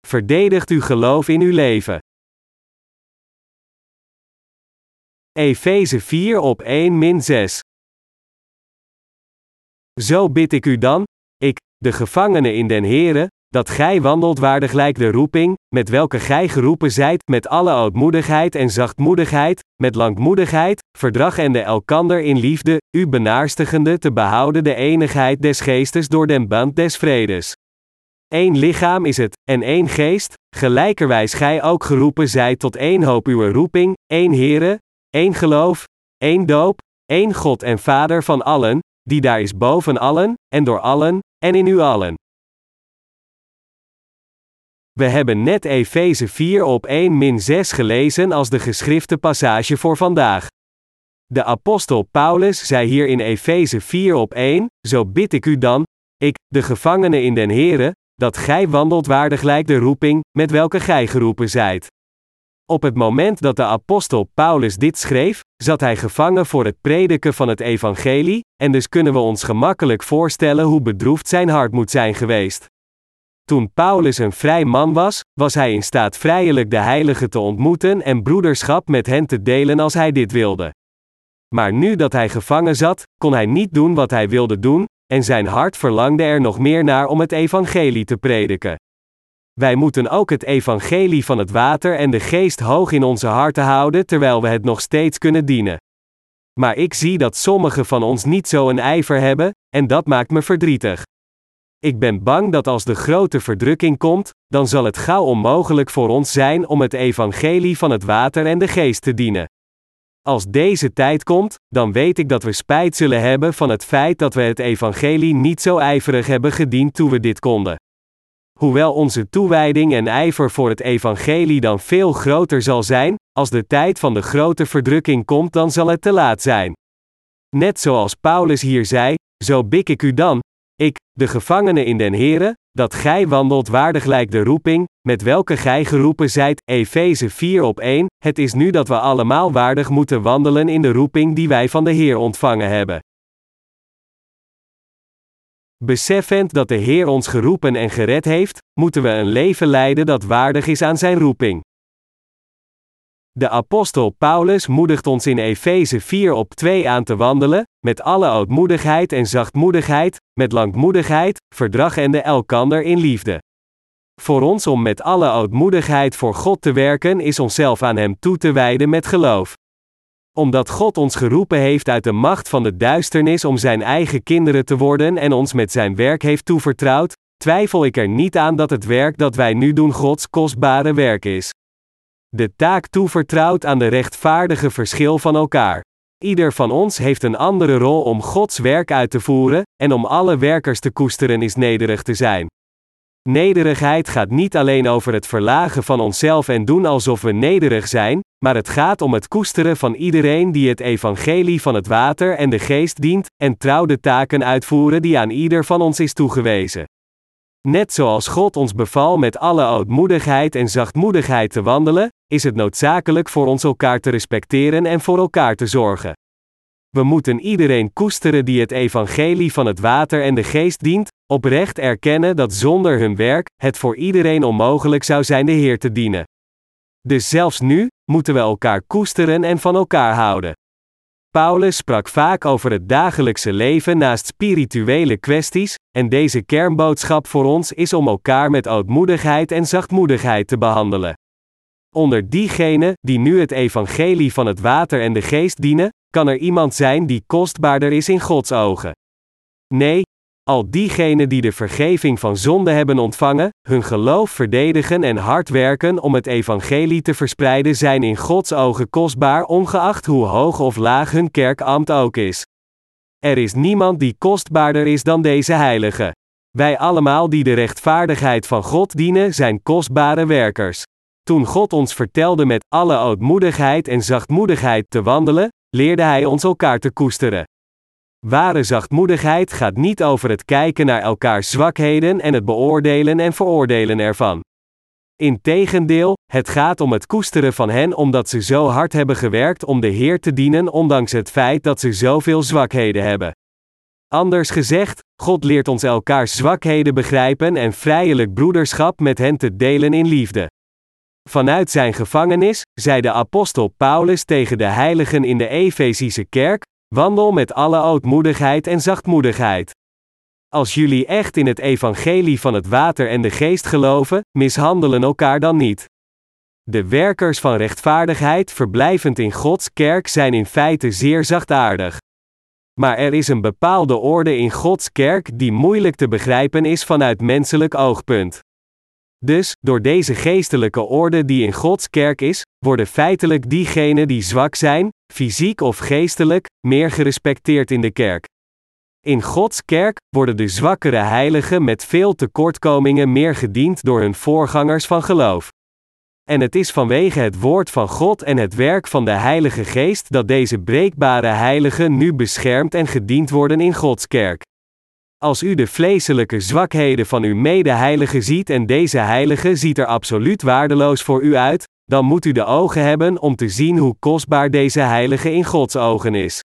Verdedigt uw geloof in uw leven. Efeze 4:1-6. Zo bid ik u dan, ik, de gevangene in den Here, dat gij wandelt waardiglijk de roeping, met welke gij geroepen zijt, met alle ootmoedigheid en zachtmoedigheid, met langmoedigheid, verdragende elkander in liefde, u benaarstigende te behouden de enigheid des geestes door den band des vredes. Eén lichaam is het, en één geest, gelijkerwijs gij ook geroepen zijt tot één hoop uwe roeping, één Here, één geloof, één doop, één God en Vader van allen, die daar is boven allen, en door allen, en in u allen. We hebben net Efeze 4:1-6 gelezen als de geschrifte passage voor vandaag. De apostel Paulus zei hier in Efeze 4:1, zo bid ik u dan, ik, de gevangene in den Here, dat gij wandelt waardiglijk de roeping, met welke gij geroepen zijt. Op het moment dat de apostel Paulus dit schreef, zat hij gevangen voor het prediken van het evangelie, en dus kunnen we ons gemakkelijk voorstellen hoe bedroefd zijn hart moet zijn geweest. Toen Paulus een vrij man was, was hij in staat vrijelijk de heiligen te ontmoeten en broederschap met hen te delen als hij dit wilde. Maar nu dat hij gevangen zat, kon hij niet doen wat hij wilde doen, en zijn hart verlangde er nog meer naar om het evangelie te prediken. Wij moeten ook het evangelie van het water en de geest hoog in onze harten houden terwijl we het nog steeds kunnen dienen. Maar ik zie dat sommigen van ons niet zo een ijver hebben, en dat maakt me verdrietig. Ik ben bang dat als de grote verdrukking komt, dan zal het gauw onmogelijk voor ons zijn om het evangelie van het water en de geest te dienen. Als deze tijd komt, dan weet ik dat we spijt zullen hebben van het feit dat we het evangelie niet zo ijverig hebben gediend toen we dit konden. Hoewel onze toewijding en ijver voor het evangelie dan veel groter zal zijn, als de tijd van de grote verdrukking komt, dan zal het te laat zijn. Net zoals Paulus hier zei, zo bid ik u dan, ik, de gevangene in den Here, dat gij wandelt waardiglijk de roeping, met welke gij geroepen zijt, Efeze 4:1, het is nu dat we allemaal waardig moeten wandelen in de roeping die wij van de Heer ontvangen hebben. Beseffend dat de Heer ons geroepen en gered heeft, moeten we een leven leiden dat waardig is aan zijn roeping. De apostel Paulus moedigt ons in Efeze 4:2 aan te wandelen, met alle ootmoedigheid en zachtmoedigheid, met langmoedigheid, verdragende elkander in liefde. Voor ons om met alle ootmoedigheid voor God te werken is onszelf aan Hem toe te wijden met geloof. Omdat God ons geroepen heeft uit de macht van de duisternis om zijn eigen kinderen te worden en ons met zijn werk heeft toevertrouwd, twijfel ik er niet aan dat het werk dat wij nu doen Gods kostbare werk is. De taak toevertrouwd aan de rechtvaardige verschil van elkaar. Ieder van ons heeft een andere rol om Gods werk uit te voeren, en om alle werkers te koesteren is nederig te zijn. Nederigheid gaat niet alleen over het verlagen van onszelf en doen alsof we nederig zijn, maar het gaat om het koesteren van iedereen die het evangelie van het water en de geest dient, en trouw de taken uitvoeren die aan ieder van ons is toegewezen. Net zoals God ons beval met alle ootmoedigheid en zachtmoedigheid te wandelen, is het noodzakelijk voor ons elkaar te respecteren en voor elkaar te zorgen. We moeten iedereen koesteren die het evangelie van het water en de geest dient, oprecht erkennen dat zonder hun werk, het voor iedereen onmogelijk zou zijn de Heer te dienen. Dus zelfs nu, moeten we elkaar koesteren en van elkaar houden. Paulus sprak vaak over het dagelijkse leven naast spirituele kwesties, en deze kernboodschap voor ons is om elkaar met ootmoedigheid en zachtmoedigheid te behandelen. Onder diegenen, die nu het evangelie van het water en de geest dienen, kan er iemand zijn die kostbaarder is in Gods ogen. Nee, al diegenen die de vergeving van zonde hebben ontvangen, hun geloof verdedigen en hard werken om het evangelie te verspreiden zijn in Gods ogen kostbaar ongeacht hoe hoog of laag hun kerkambt ook is. Er is niemand die kostbaarder is dan deze heilige. Wij allemaal die de rechtvaardigheid van God dienen zijn kostbare werkers. Toen God ons vertelde met alle ootmoedigheid en zachtmoedigheid te wandelen, leerde Hij ons elkaar te koesteren. Ware zachtmoedigheid gaat niet over het kijken naar elkaars zwakheden en het beoordelen en veroordelen ervan. Integendeel, het gaat om het koesteren van hen omdat ze zo hard hebben gewerkt om de Heer te dienen ondanks het feit dat ze zoveel zwakheden hebben. Anders gezegd, God leert ons elkaars zwakheden begrijpen en vrijelijk broederschap met hen te delen in liefde. Vanuit zijn gevangenis, zei de apostel Paulus tegen de heiligen in de Efezische kerk: wandel met alle ootmoedigheid en zachtmoedigheid. Als jullie echt in het evangelie van het water en de geest geloven, mishandelen elkaar dan niet. De werkers van rechtvaardigheid verblijvend in Gods kerk zijn in feite zeer zachtaardig. Maar er is een bepaalde orde in Gods kerk die moeilijk te begrijpen is vanuit menselijk oogpunt. Dus, door deze geestelijke orde die in Gods kerk is, worden feitelijk diegenen die zwak zijn, fysiek of geestelijk, meer gerespecteerd in de kerk. In Gods kerk worden de zwakkere heiligen met veel tekortkomingen meer gediend door hun voorgangers van geloof. En het is vanwege het woord van God en het werk van de Heilige Geest dat deze breekbare heiligen nu beschermd en gediend worden in Gods kerk. Als u de vleeselijke zwakheden van uw medeheilige ziet en deze heilige ziet er absoluut waardeloos voor u uit, dan moet u de ogen hebben om te zien hoe kostbaar deze heilige in Gods ogen is.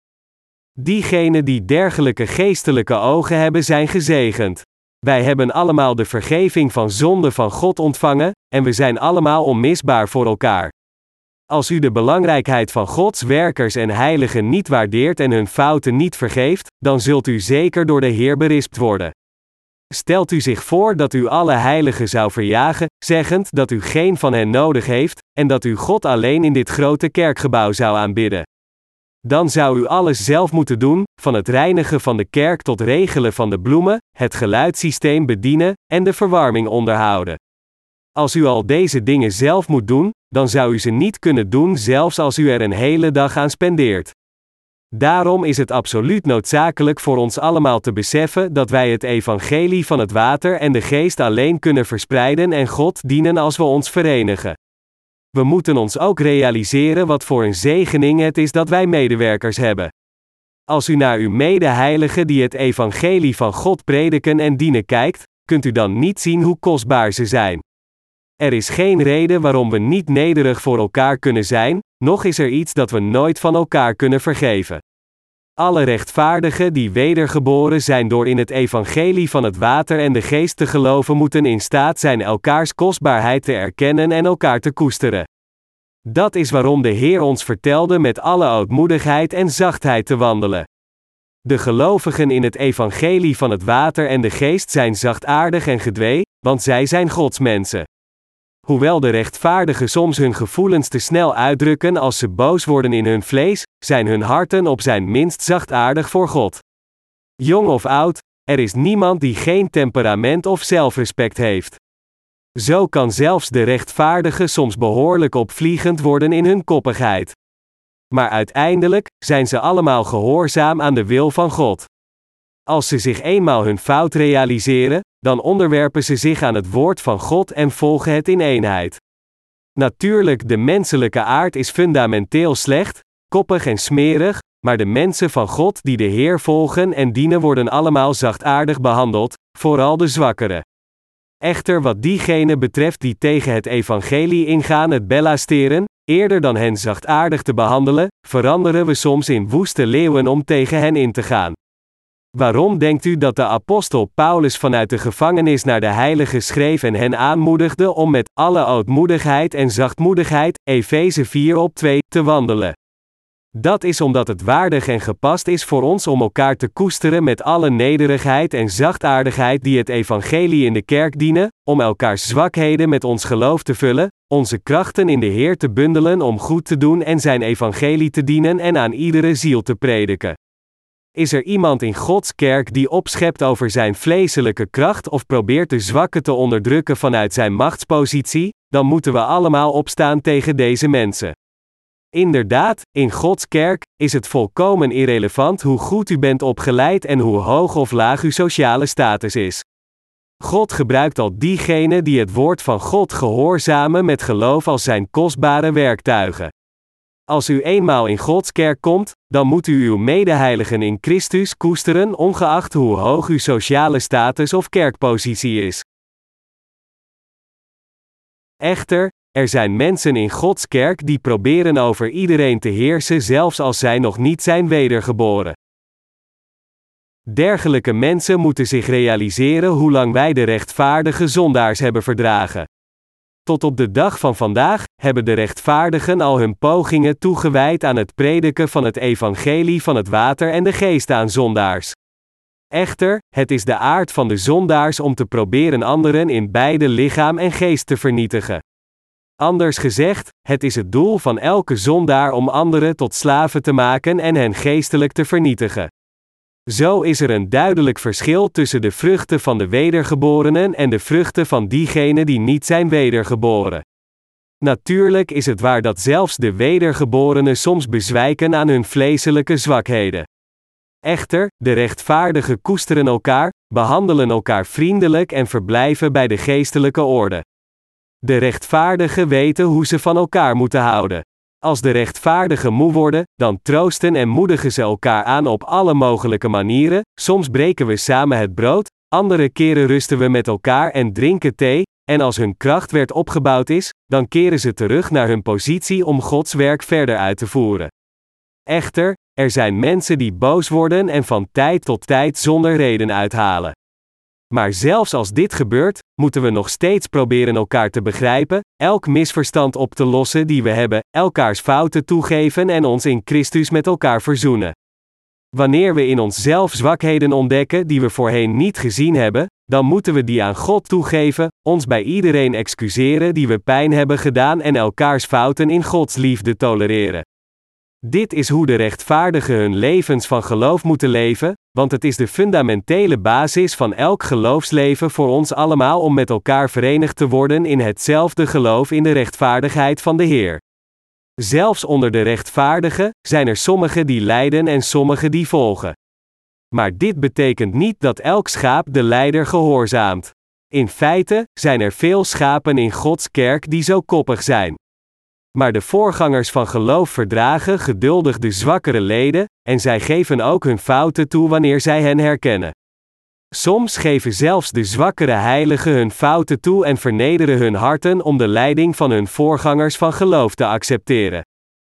Diegenen die dergelijke geestelijke ogen hebben zijn gezegend. Wij hebben allemaal de vergeving van zonde van God ontvangen, en we zijn allemaal onmisbaar voor elkaar. Als u de belangrijkheid van Gods werkers en heiligen niet waardeert en hun fouten niet vergeeft, dan zult u zeker door de Heer berispt worden. Stelt u zich voor dat u alle heiligen zou verjagen, zeggend dat u geen van hen nodig heeft, en dat u God alleen in dit grote kerkgebouw zou aanbidden. Dan zou u alles zelf moeten doen, van het reinigen van de kerk tot regelen van de bloemen, het geluidssysteem bedienen en de verwarming onderhouden. Als u al deze dingen zelf moet doen, dan zou u ze niet kunnen doen zelfs als u er een hele dag aan spendeert. Daarom is het absoluut noodzakelijk voor ons allemaal te beseffen dat wij het evangelie van het water en de geest alleen kunnen verspreiden en God dienen als we ons verenigen. We moeten ons ook realiseren wat voor een zegening het is dat wij medewerkers hebben. Als u naar uw medeheiligen die het evangelie van God prediken en dienen kijkt, kunt u dan niet zien hoe kostbaar ze zijn. Er is geen reden waarom we niet nederig voor elkaar kunnen zijn, noch is er iets dat we nooit van elkaar kunnen vergeven. Alle rechtvaardigen die wedergeboren zijn door in het evangelie van het water en de geest te geloven moeten in staat zijn elkaars kostbaarheid te erkennen en elkaar te koesteren. Dat is waarom de Heer ons vertelde met alle ootmoedigheid en zachtheid te wandelen. De gelovigen in het evangelie van het water en de geest zijn zachtaardig en gedwee, want zij zijn Gods mensen. Hoewel de rechtvaardigen soms hun gevoelens te snel uitdrukken als ze boos worden in hun vlees, zijn hun harten op zijn minst zachtaardig voor God. Jong of oud, er is niemand die geen temperament of zelfrespect heeft. Zo kan zelfs de rechtvaardige soms behoorlijk opvliegend worden in hun koppigheid. Maar uiteindelijk zijn ze allemaal gehoorzaam aan de wil van God. Als ze zich eenmaal hun fout realiseren, dan onderwerpen ze zich aan het woord van God en volgen het in eenheid. Natuurlijk, de menselijke aard is fundamenteel slecht, koppig en smerig, maar de mensen van God die de Heer volgen en dienen worden allemaal zachtaardig behandeld, vooral de zwakkeren. Echter wat diegenen betreft die tegen het evangelie ingaan het belasteren, eerder dan hen zachtaardig te behandelen, veranderen we soms in woeste leeuwen om tegen hen in te gaan. Waarom denkt u dat de apostel Paulus vanuit de gevangenis naar de heiligen schreef en hen aanmoedigde om met alle ootmoedigheid en zachtmoedigheid, Efeze 4:2, te wandelen? Dat is omdat het waardig en gepast is voor ons om elkaar te koesteren met alle nederigheid en zachtaardigheid die het evangelie in de kerk dienen, om elkaars zwakheden met ons geloof te vullen, onze krachten in de Heer te bundelen om goed te doen en zijn evangelie te dienen en aan iedere ziel te prediken. Is er iemand in Gods kerk die opschept over zijn vleeselijke kracht of probeert de zwakken te onderdrukken vanuit zijn machtspositie, dan moeten we allemaal opstaan tegen deze mensen. Inderdaad, in Gods kerk is het volkomen irrelevant hoe goed u bent opgeleid en hoe hoog of laag uw sociale status is. God gebruikt al diegenen die het woord van God gehoorzamen met geloof als zijn kostbare werktuigen. Als u eenmaal in Gods kerk komt, dan moet u uw medeheiligen in Christus koesteren ongeacht hoe hoog uw sociale status of kerkpositie is. Echter, er zijn mensen in Gods kerk die proberen over iedereen te heersen zelfs als zij nog niet zijn wedergeboren. Dergelijke mensen moeten zich realiseren hoe lang wij de rechtvaardige zondaars hebben verdragen. Tot op de dag van vandaag hebben de rechtvaardigen al hun pogingen toegewijd aan het prediken van het evangelie van het water en de geest aan zondaars. Echter, het is de aard van de zondaars om te proberen anderen in beide lichaam en geest te vernietigen. Anders gezegd, het is het doel van elke zondaar om anderen tot slaven te maken en hen geestelijk te vernietigen. Zo is er een duidelijk verschil tussen de vruchten van de wedergeborenen en de vruchten van diegenen die niet zijn wedergeboren. Natuurlijk is het waar dat zelfs de wedergeborenen soms bezwijken aan hun vleeselijke zwakheden. Echter, de rechtvaardigen koesteren elkaar, behandelen elkaar vriendelijk en verblijven bij de geestelijke orde. De rechtvaardigen weten hoe ze van elkaar moeten houden. Als de rechtvaardigen moe worden, dan troosten en moedigen ze elkaar aan op alle mogelijke manieren. Soms breken we samen het brood, andere keren rusten we met elkaar en drinken thee, en als hun kracht weer opgebouwd is, dan keren ze terug naar hun positie om Gods werk verder uit te voeren. Echter, er zijn mensen die boos worden en van tijd tot tijd zonder reden uithalen. Maar zelfs als dit gebeurt, moeten we nog steeds proberen elkaar te begrijpen, elk misverstand op te lossen die we hebben, elkaars fouten toegeven en ons in Christus met elkaar verzoenen. Wanneer we in onszelf zwakheden ontdekken die we voorheen niet gezien hebben, dan moeten we die aan God toegeven, ons bij iedereen excuseren die we pijn hebben gedaan en elkaars fouten in Gods liefde tolereren. Dit is hoe de rechtvaardigen hun levens van geloof moeten leven, want het is de fundamentele basis van elk geloofsleven voor ons allemaal om met elkaar verenigd te worden in hetzelfde geloof in de rechtvaardigheid van de Heer. Zelfs onder de rechtvaardigen zijn er sommigen die lijden en sommigen die volgen. Maar dit betekent niet dat elk schaap de leider gehoorzaamt. In feite zijn er veel schapen in Gods kerk die zo koppig zijn. Maar de voorgangers van geloof verdragen geduldig de zwakkere leden, en zij geven ook hun fouten toe wanneer zij hen herkennen. Soms geven zelfs de zwakkere heiligen hun fouten toe en vernederen hun harten om de leiding van hun voorgangers van geloof te accepteren.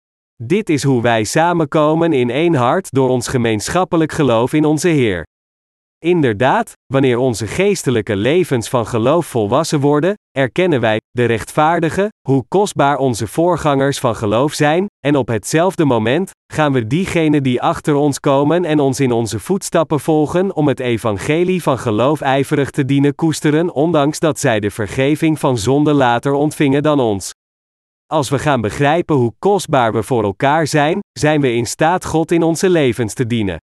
Dit is hoe wij samenkomen in één hart door ons gemeenschappelijk geloof in onze Heer. Inderdaad, wanneer onze geestelijke levens van geloof volwassen worden, erkennen wij, de rechtvaardigen, hoe kostbaar onze voorgangers van geloof zijn, en op hetzelfde moment gaan we diegenen die achter ons komen en ons in onze voetstappen volgen om het evangelie van geloof ijverig te dienen koesteren, ondanks dat zij de vergeving van zonde later ontvingen dan ons. Als we gaan begrijpen hoe kostbaar we voor elkaar zijn, zijn we in staat God in onze levens te dienen.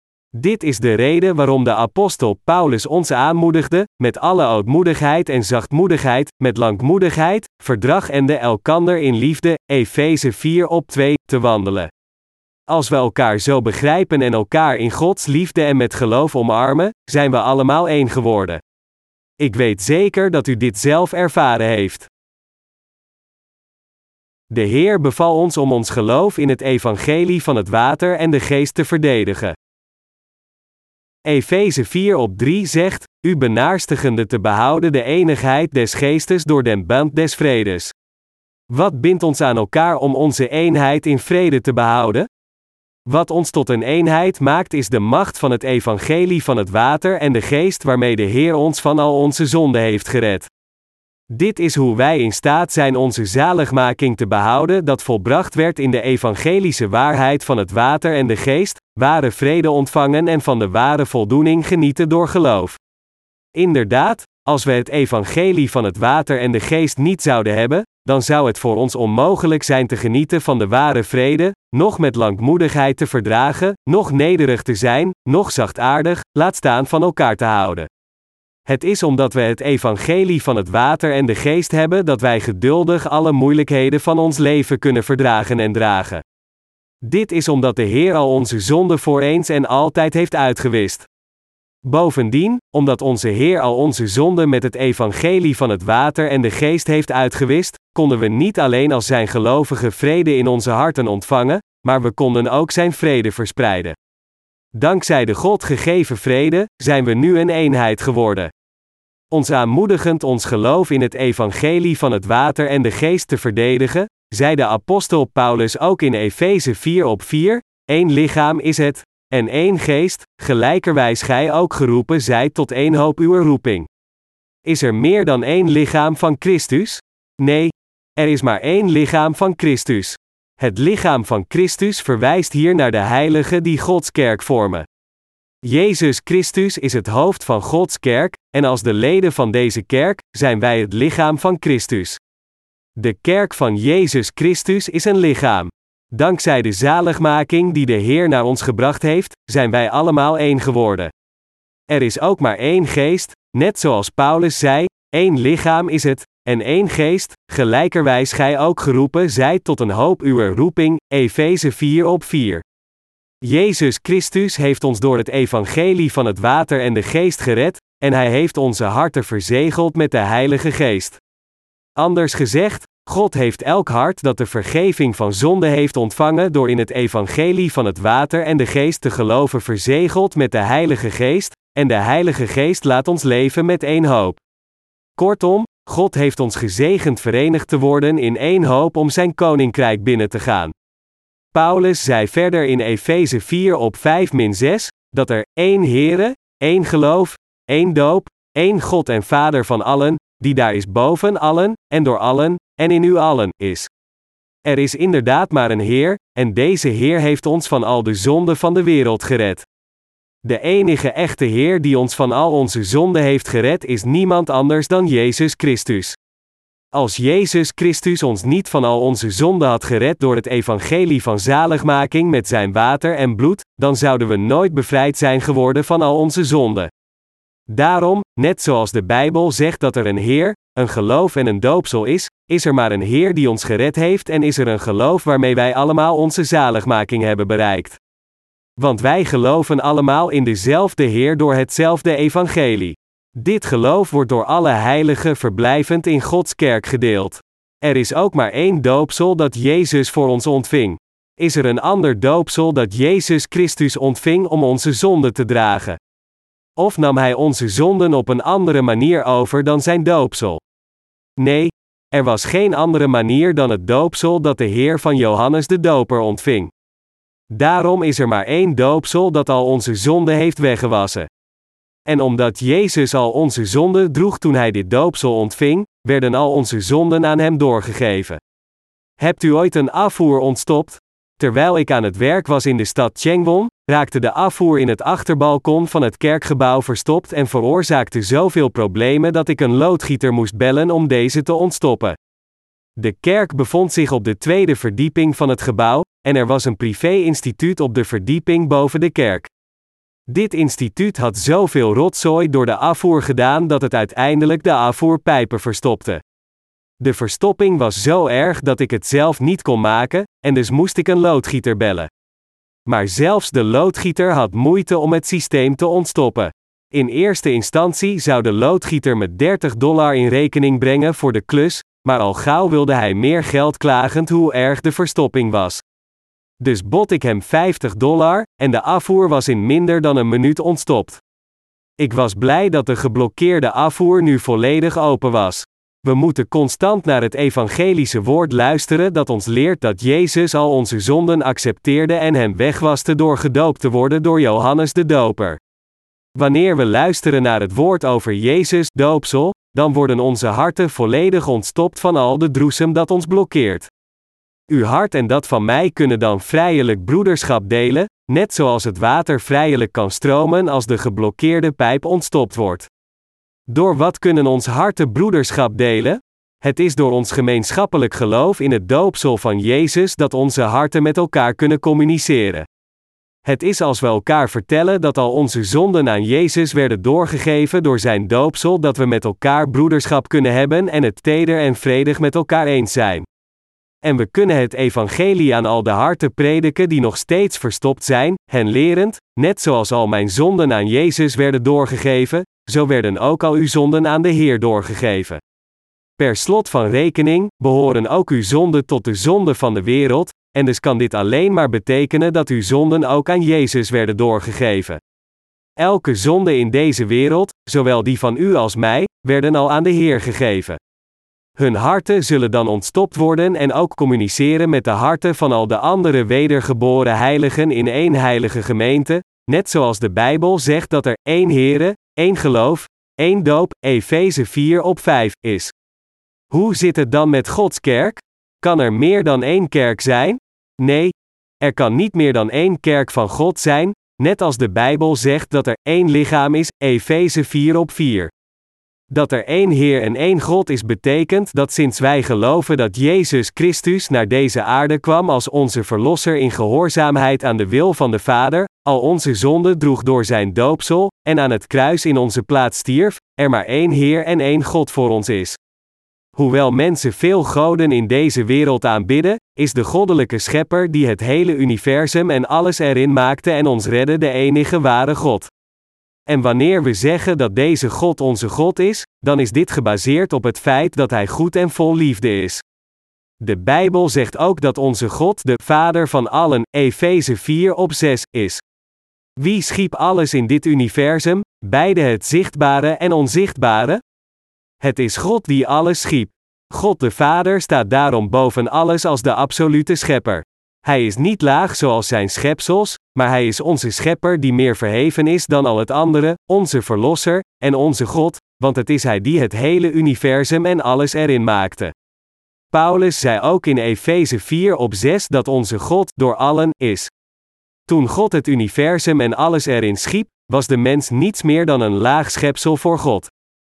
Dit is de reden waarom de apostel Paulus ons aanmoedigde, met alle ootmoedigheid en zachtmoedigheid, met langmoedigheid, verdragende elkander in liefde, Efeze 4:2, te wandelen. Als we elkaar zo begrijpen en elkaar in Gods liefde en met geloof omarmen, zijn we allemaal één geworden. Ik weet zeker dat u dit zelf ervaren heeft. De Heer beval ons om ons geloof in het evangelie van het water en de geest te verdedigen. Efeze 4:3 zegt, u benaarstigende te behouden de eenigheid des geestes door den band des vredes. Wat bindt ons aan elkaar om onze eenheid in vrede te behouden? Wat ons tot een eenheid maakt is de macht van het evangelie van het water en de geest waarmee de Heer ons van al onze zonden heeft gered. Dit is hoe wij in staat zijn onze zaligmaking te behouden dat volbracht werd in de evangelische waarheid van het water en de geest, ware vrede ontvangen en van de ware voldoening genieten door geloof. Inderdaad, als we het evangelie van het water en de geest niet zouden hebben, dan zou het voor ons onmogelijk zijn te genieten van de ware vrede, noch met langmoedigheid te verdragen, noch nederig te zijn, noch zachtaardig, laat staan van elkaar te houden. Het is omdat we het evangelie van het water en de geest hebben dat wij geduldig alle moeilijkheden van ons leven kunnen verdragen en dragen. Dit is omdat de Heer al onze zonden voor eens en altijd heeft uitgewist. Bovendien, omdat onze Heer al onze zonden met het evangelie van het water en de geest heeft uitgewist, konden we niet alleen als zijn gelovigen vrede in onze harten ontvangen, maar we konden ook zijn vrede verspreiden. Dankzij de God gegeven vrede, zijn we nu een eenheid geworden. Ons aanmoedigend ons geloof in het evangelie van het water en de geest te verdedigen, zei de apostel Paulus ook in Efeze 4:4, één lichaam is het, en één geest, gelijkerwijs gij ook geroepen zijt tot één hoop uw roeping. Is er meer dan één lichaam van Christus? Nee, er is maar één lichaam van Christus. Het lichaam van Christus verwijst hier naar de heiligen die Gods kerk vormen. Jezus Christus is het hoofd van Gods kerk, en als de leden van deze kerk, zijn wij het lichaam van Christus. De kerk van Jezus Christus is een lichaam. Dankzij de zaligmaking die de Heer naar ons gebracht heeft, zijn wij allemaal één geworden. Er is ook maar één geest, net zoals Paulus zei, één lichaam is het, en één geest, gelijkerwijs gij ook geroepen zijt tot een hoop uwer roeping, Efeze 4:4. Jezus Christus heeft ons door het evangelie van het water en de geest gered, en hij heeft onze harten verzegeld met de Heilige Geest. Anders gezegd, God heeft elk hart dat de vergeving van zonde heeft ontvangen door in het evangelie van het water en de geest te geloven verzegeld met de Heilige Geest, en de Heilige Geest laat ons leven met één hoop. Kortom, God heeft ons gezegend verenigd te worden in één hoop om zijn koninkrijk binnen te gaan. Paulus zei verder in Efeze 4:5-6, dat er één Heere, één geloof, één doop, één God en Vader van allen, die daar is boven allen, en door allen, en in u allen, is. Er is inderdaad maar een Heer, en deze Heer heeft ons van al de zonden van de wereld gered. De enige echte Heer die ons van al onze zonden heeft gered is niemand anders dan Jezus Christus. Als Jezus Christus ons niet van al onze zonden had gered door het evangelie van zaligmaking met zijn water en bloed, dan zouden we nooit bevrijd zijn geworden van al onze zonden. Daarom, net zoals de Bijbel zegt dat er een Heer, een geloof en een doopsel is er maar een Heer die ons gered heeft en is er een geloof waarmee wij allemaal onze zaligmaking hebben bereikt. Want wij geloven allemaal in dezelfde Heer door hetzelfde evangelie. Dit geloof wordt door alle heiligen verblijvend in Gods kerk gedeeld. Er is ook maar één doopsel dat Jezus voor ons ontving. Is er een ander doopsel dat Jezus Christus ontving om onze zonden te dragen? Of nam hij onze zonden op een andere manier over dan zijn doopsel? Nee, er was geen andere manier dan het doopsel dat de Heer van Johannes de Doper ontving. Daarom is er maar één doopsel dat al onze zonden heeft weggewassen. En omdat Jezus al onze zonden droeg toen hij dit doopsel ontving, werden al onze zonden aan hem doorgegeven. Hebt u ooit een afvoer ontstopt? Terwijl ik aan het werk was in de stad Changwon, raakte de afvoer in het achterbalkon van het kerkgebouw verstopt en veroorzaakte zoveel problemen dat ik een loodgieter moest bellen om deze te ontstoppen. De kerk bevond zich op de tweede verdieping van het gebouw, en er was een privé-instituut op de verdieping boven de kerk. Dit instituut had zoveel rotzooi door de afvoer gedaan dat het uiteindelijk de afvoerpijpen verstopte. De verstopping was zo erg dat ik het zelf niet kon maken, en dus moest ik een loodgieter bellen. Maar zelfs de loodgieter had moeite om het systeem te ontstoppen. In eerste instantie zou de loodgieter me $30 in rekening brengen voor de klus, maar al gauw wilde hij meer geld klagend hoe erg de verstopping was. Dus bot ik hem $50 en de afvoer was in minder dan een minuut ontstopt. Ik was blij dat de geblokkeerde afvoer nu volledig open was. We moeten constant naar het evangelische woord luisteren dat ons leert dat Jezus al onze zonden accepteerde en hem wegwaste door gedoopt te worden door Johannes de Doper. Wanneer we luisteren naar het woord over Jezus' doopsel, dan worden onze harten volledig ontstopt van al de droesem dat ons blokkeert. Uw hart en dat van mij kunnen dan vrijelijk broederschap delen, net zoals het water vrijelijk kan stromen als de geblokkeerde pijp ontstopt wordt. Door wat kunnen ons harten broederschap delen? Het is door ons gemeenschappelijk geloof in het doopsel van Jezus dat onze harten met elkaar kunnen communiceren. Het is als we elkaar vertellen dat al onze zonden aan Jezus werden doorgegeven door zijn doopsel dat we met elkaar broederschap kunnen hebben en het teder en vredig met elkaar eens zijn. En we kunnen het evangelie aan al de harten prediken die nog steeds verstopt zijn, hen lerend, net zoals al mijn zonden aan Jezus werden doorgegeven, zo werden ook al uw zonden aan de Heer doorgegeven. Per slot van rekening, behoren ook uw zonden tot de zonden van de wereld, en dus kan dit alleen maar betekenen dat uw zonden ook aan Jezus werden doorgegeven. Elke zonde in deze wereld, zowel die van u als mij, werden al aan de Heer gegeven. Hun harten zullen dan ontstopt worden en ook communiceren met de harten van al de andere wedergeboren heiligen in één heilige gemeente, net zoals de Bijbel zegt dat er één Here, één geloof, één doop, Efeze 4:5 is. Hoe zit het dan met Gods kerk? Kan er meer dan één kerk zijn? Nee, er kan niet meer dan één kerk van God zijn, net als de Bijbel zegt dat er één lichaam is, Efeze 4:4. Dat er één Heer en één God is betekent dat sinds wij geloven dat Jezus Christus naar deze aarde kwam als onze Verlosser in gehoorzaamheid aan de wil van de Vader, al onze zonden droeg door zijn doopsel, en aan het kruis in onze plaats stierf, er maar één Heer en één God voor ons is. Hoewel mensen veel goden in deze wereld aanbidden, is de goddelijke schepper die het hele universum en alles erin maakte en ons redde de enige ware God. En wanneer we zeggen dat deze God onze God is, dan is dit gebaseerd op het feit dat Hij goed en vol liefde is. De Bijbel zegt ook dat onze God de Vader van allen, Efeze 4:6, is. Wie schiep alles in dit universum, beide het zichtbare en onzichtbare? Het is God die alles schiep. God de Vader staat daarom boven alles als de absolute schepper. Hij is niet laag zoals zijn schepsels, maar hij is onze schepper die meer verheven is dan al het andere, onze Verlosser, en onze God, want het is Hij die het hele universum en alles erin maakte. Paulus zei ook in Efeze 4:6 dat onze God door allen is. Toen God het universum en alles erin schiep, was de mens niets meer dan een laag schepsel voor God.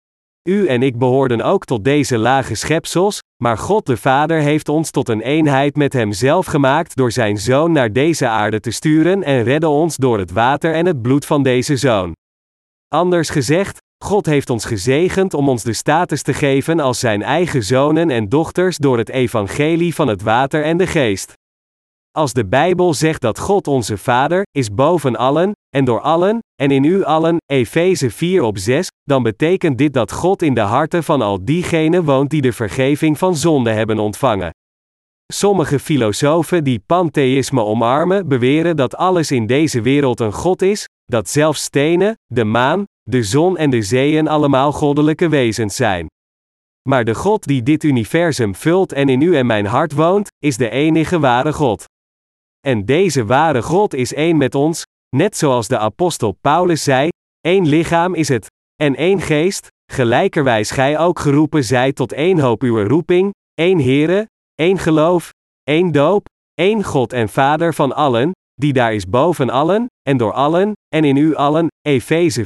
U en ik behoorden ook tot deze lage schepsels, maar God de Vader heeft ons tot een eenheid met Hemzelf gemaakt door Zijn Zoon naar deze aarde te sturen en redde ons door het water en het bloed van deze Zoon. Anders gezegd, God heeft ons gezegend om ons de status te geven als Zijn eigen zonen en dochters door het evangelie van het water en de geest. Als de Bijbel zegt dat God onze Vader is boven allen, en door allen, en in u allen, Efeze 4:6, dan betekent dit dat God in de harten van al diegenen woont die de vergeving van zonde hebben ontvangen. Sommige filosofen die pantheïsme omarmen beweren dat alles in deze wereld een God is, dat zelfs stenen, de maan, de zon en de zeeën allemaal goddelijke wezens zijn. Maar de God die dit universum vult en in u en mijn hart woont, is de enige ware God. En deze ware God is één met ons, net zoals de apostel Paulus zei, één lichaam is het, en één geest, gelijkerwijs gij ook geroepen zijt tot één hoop uw roeping, één Here, één geloof, één doop, één God en Vader van allen, die daar is boven allen, en door allen, en in u allen, Efeze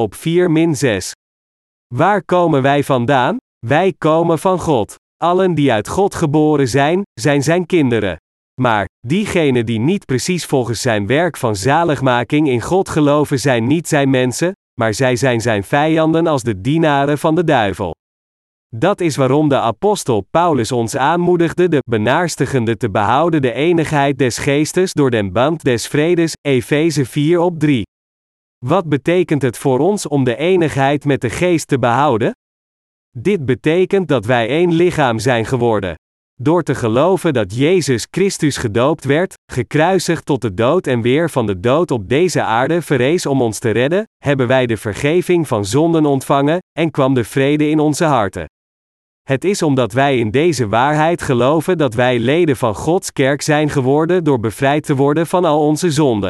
4:4-6. Waar komen wij vandaan? Wij komen van God. Allen die uit God geboren zijn, zijn zijn kinderen. Maar, diegenen die niet precies volgens zijn werk van zaligmaking in God geloven zijn niet zijn mensen, maar zij zijn zijn vijanden als de dienaren van de duivel. Dat is waarom de apostel Paulus ons aanmoedigde de benaarstigende te behouden de eenigheid des geestes door den band des vredes, Efeze 4:3. Wat betekent het voor ons om de eenigheid met de geest te behouden? Dit betekent dat wij één lichaam zijn geworden. Door te geloven dat Jezus Christus gedoopt werd, gekruisigd tot de dood en weer van de dood op deze aarde verrees om ons te redden, hebben wij de vergeving van zonden ontvangen, en kwam de vrede in onze harten. Het is omdat wij in deze waarheid geloven dat wij leden van Gods kerk zijn geworden door bevrijd te worden van al onze zonden.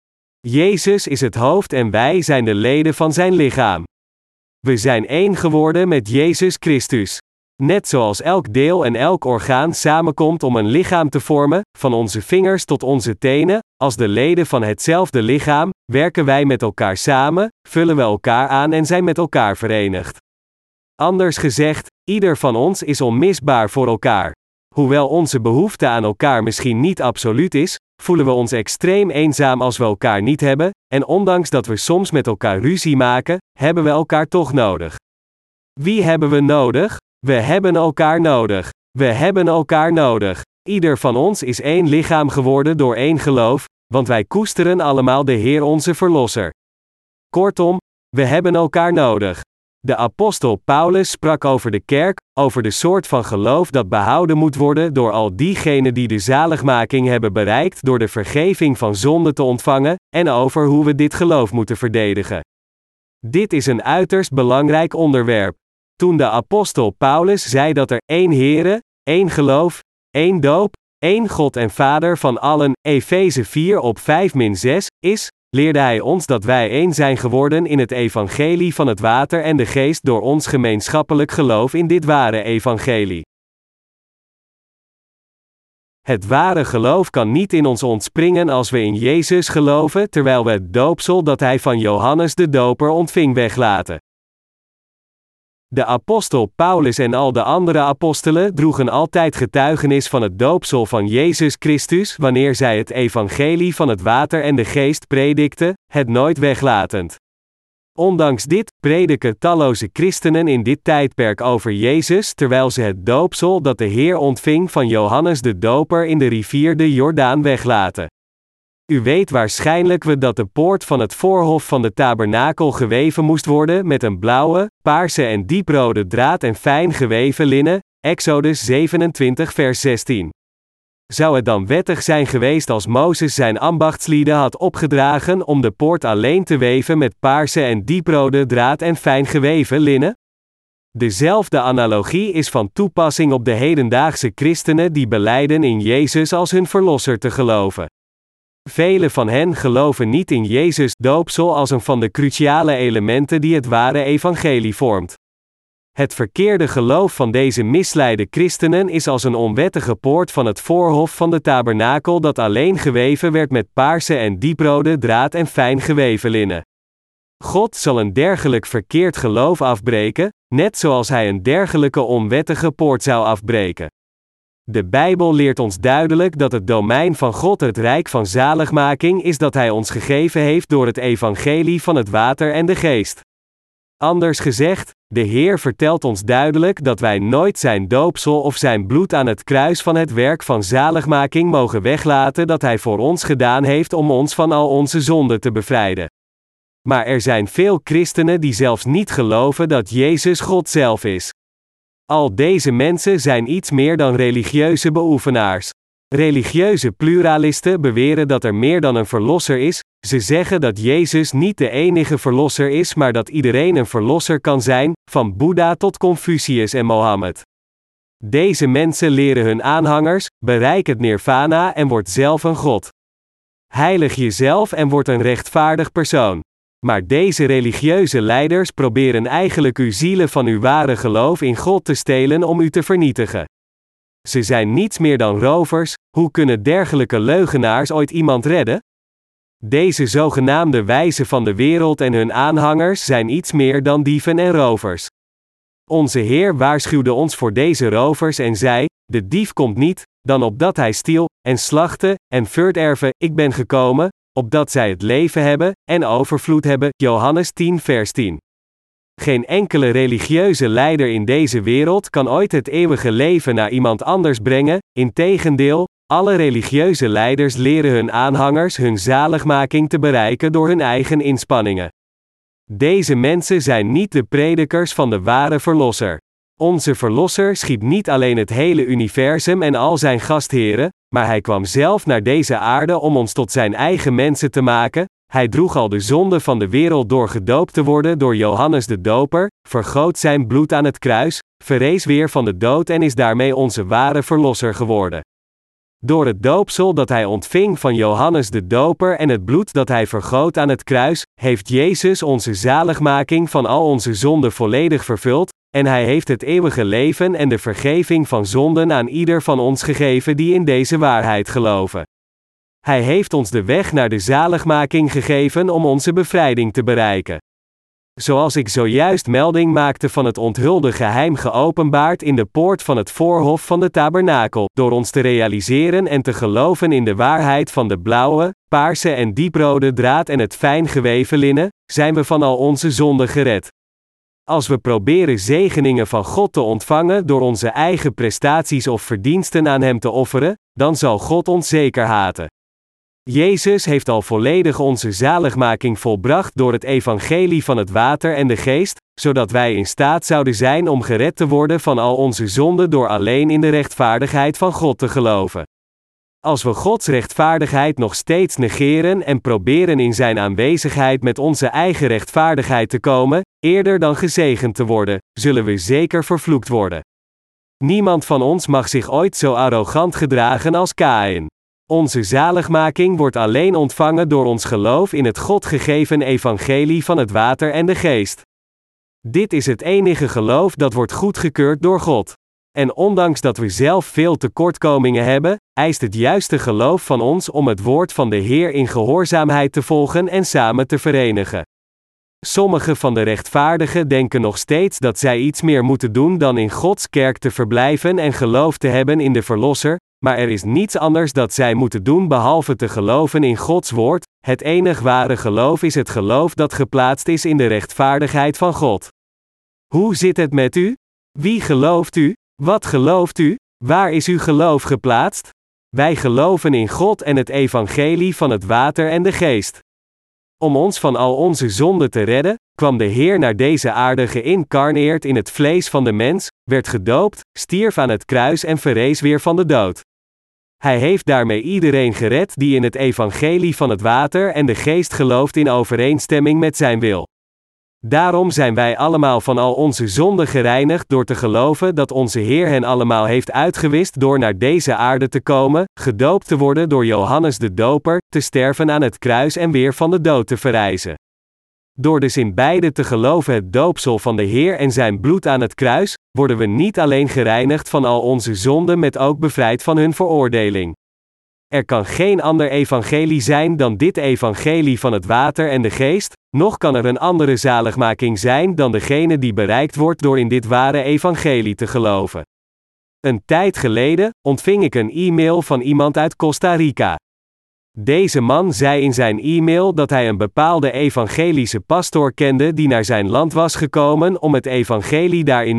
Jezus is het hoofd en wij zijn de leden van zijn lichaam. We zijn één geworden met Jezus Christus. Net zoals elk deel en elk orgaan samenkomt om een lichaam te vormen, van onze vingers tot onze tenen, als de leden van hetzelfde lichaam, werken wij met elkaar samen, vullen we elkaar aan en zijn met elkaar verenigd. Anders gezegd, ieder van ons is onmisbaar voor elkaar. Hoewel onze behoefte aan elkaar misschien niet absoluut is, voelen we ons extreem eenzaam als we elkaar niet hebben, en ondanks dat we soms met elkaar ruzie maken, hebben we elkaar toch nodig. Wie hebben we nodig? We hebben elkaar nodig. We hebben elkaar nodig. Ieder van ons is één lichaam geworden door één geloof, want wij koesteren allemaal de Heer onze Verlosser. Kortom, we hebben elkaar nodig. De apostel Paulus sprak over de kerk, over de soort van geloof dat behouden moet worden door al diegenen die de zaligmaking hebben bereikt door de vergeving van zonde te ontvangen, en over hoe we dit geloof moeten verdedigen. Dit is een uiterst belangrijk onderwerp. Toen de apostel Paulus zei dat er één Here, één geloof, één doop, één God en Vader van allen, Efeze 4:5-6, is, leerde hij ons dat wij één zijn geworden in het evangelie van het water en de geest door ons gemeenschappelijk geloof in dit ware evangelie. Het ware geloof kan niet in ons ontspringen als we in Jezus geloven, terwijl we het doopsel dat hij van Johannes de Doper ontving weglaten. De apostel Paulus en al de andere apostelen droegen altijd getuigenis van het doopsel van Jezus Christus wanneer zij het evangelie van het water en de geest predikten, het nooit weglatend. Ondanks dit, prediken talloze christenen in dit tijdperk over Jezus terwijl ze het doopsel dat de Heer ontving van Johannes de Doper in de rivier de Jordaan weglaten. U weet waarschijnlijk dat de poort van het voorhof van de tabernakel geweven moest worden met een blauwe, paarse en dieprode draad en fijn geweven linnen, Exodus 27 vers 16. Zou het dan wettig zijn geweest als Mozes zijn ambachtslieden had opgedragen om de poort alleen te weven met paarse en dieprode draad en fijn geweven linnen? Dezelfde analogie is van toepassing op de hedendaagse christenen die belijden in Jezus als hun verlosser te geloven. Velen van hen geloven niet in Jezus' doopsel als een van de cruciale elementen die het ware evangelie vormt. Het verkeerde geloof van deze misleide christenen is als een onwettige poort van het voorhof van de tabernakel dat alleen geweven werd met paarse en dieprode draad en fijn geweven linnen. God zal een dergelijk verkeerd geloof afbreken, net zoals hij een dergelijke onwettige poort zou afbreken. De Bijbel leert ons duidelijk dat het domein van God het rijk van zaligmaking is dat hij ons gegeven heeft door het evangelie van het water en de geest. Anders gezegd, de Heer vertelt ons duidelijk dat wij nooit zijn doopsel of zijn bloed aan het kruis van het werk van zaligmaking mogen weglaten dat hij voor ons gedaan heeft om ons van al onze zonden te bevrijden. Maar er zijn veel christenen die zelfs niet geloven dat Jezus God zelf is. Al deze mensen zijn iets meer dan religieuze beoefenaars. Religieuze pluralisten beweren dat er meer dan een verlosser is. Ze zeggen dat Jezus niet de enige verlosser is, maar dat iedereen een verlosser kan zijn, van Boeddha tot Confucius en Mohammed. Deze mensen leren hun aanhangers: bereik het nirvana en word zelf een god. Heilig jezelf en word een rechtvaardig persoon. Maar deze religieuze leiders proberen eigenlijk uw zielen van uw ware geloof in God te stelen om u te vernietigen. Ze zijn niets meer dan rovers. Hoe kunnen dergelijke leugenaars ooit iemand redden? Deze zogenaamde wijzen van de wereld en hun aanhangers zijn iets meer dan dieven en rovers. Onze Heer waarschuwde ons voor deze rovers en zei: de dief komt niet, dan opdat hij stiel, en slachte, en verderven. Ik ben gekomen, opdat zij het leven hebben, en overvloed hebben. Johannes 10 vers 10. Geen enkele religieuze leider in deze wereld kan ooit het eeuwige leven naar iemand anders brengen, integendeel, alle religieuze leiders leren hun aanhangers hun zaligmaking te bereiken door hun eigen inspanningen. Deze mensen zijn niet de predikers van de ware Verlosser. Onze Verlosser schiep niet alleen het hele universum en al zijn gastheren, maar hij kwam zelf naar deze aarde om ons tot zijn eigen mensen te maken. Hij droeg al de zonde van de wereld door gedoopt te worden door Johannes de Doper, vergoot zijn bloed aan het kruis, verrees weer van de dood en is daarmee onze ware Verlosser geworden. Door het doopsel dat hij ontving van Johannes de Doper en het bloed dat hij vergoot aan het kruis, heeft Jezus onze zaligmaking van al onze zonden volledig vervuld, en hij heeft het eeuwige leven en de vergeving van zonden aan ieder van ons gegeven die in deze waarheid geloven. Hij heeft ons de weg naar de zaligmaking gegeven om onze bevrijding te bereiken. Zoals ik zojuist melding maakte van het onthulde geheim geopenbaard in de poort van het voorhof van de tabernakel, door ons te realiseren en te geloven in de waarheid van de blauwe, paarse en dieprode draad en het fijn geweven linnen, zijn we van al onze zonden gered. Als we proberen zegeningen van God te ontvangen door onze eigen prestaties of verdiensten aan Hem te offeren, dan zal God ons zeker haten. Jezus heeft al volledig onze zaligmaking volbracht door het evangelie van het water en de geest, zodat wij in staat zouden zijn om gered te worden van al onze zonden door alleen in de rechtvaardigheid van God te geloven. Als we Gods rechtvaardigheid nog steeds negeren en proberen in zijn aanwezigheid met onze eigen rechtvaardigheid te komen, eerder dan gezegend te worden, zullen we zeker vervloekt worden. Niemand van ons mag zich ooit zo arrogant gedragen als Kaïn. Onze zaligmaking wordt alleen ontvangen door ons geloof in het God gegeven evangelie van het water en de geest. Dit is het enige geloof dat wordt goedgekeurd door God. En ondanks dat we zelf veel tekortkomingen hebben, eist het juiste geloof van ons om het woord van de Heer in gehoorzaamheid te volgen en samen te verenigen. Sommigen van de rechtvaardigen denken nog steeds dat zij iets meer moeten doen dan in Gods kerk te verblijven en geloof te hebben in de Verlosser, maar er is niets anders dat zij moeten doen behalve te geloven in Gods woord. Het enig ware geloof is het geloof dat geplaatst is in de rechtvaardigheid van God. Hoe zit het met u? Wie gelooft u? Wat gelooft u? Waar is uw geloof geplaatst? Wij geloven in God en het evangelie van het water en de geest. Om ons van al onze zonden te redden, kwam de Heer naar deze aarde geïncarneerd in het vlees van de mens, werd gedoopt, stierf aan het kruis en verrees weer van de dood. Hij heeft daarmee iedereen gered die in het evangelie van het water en de geest gelooft in overeenstemming met zijn wil. Daarom zijn wij allemaal van al onze zonden gereinigd door te geloven dat onze Heer hen allemaal heeft uitgewist door naar deze aarde te komen, gedoopt te worden door Johannes de Doper, te sterven aan het kruis en weer van de dood te verrijzen. Door dus in beide te geloven het doopsel van de Heer en zijn bloed aan het kruis, worden we niet alleen gereinigd van al onze zonden met ook bevrijd van hun veroordeling. Er kan geen ander evangelie zijn dan dit evangelie van het water en de geest, noch kan er een andere zaligmaking zijn dan degene die bereikt wordt door in dit ware evangelie te geloven. Een tijd geleden ontving ik een e-mail van iemand uit Costa Rica. Deze man zei in zijn e-mail dat hij een bepaalde evangelische pastoor kende die naar zijn land was gekomen om het evangelie daar in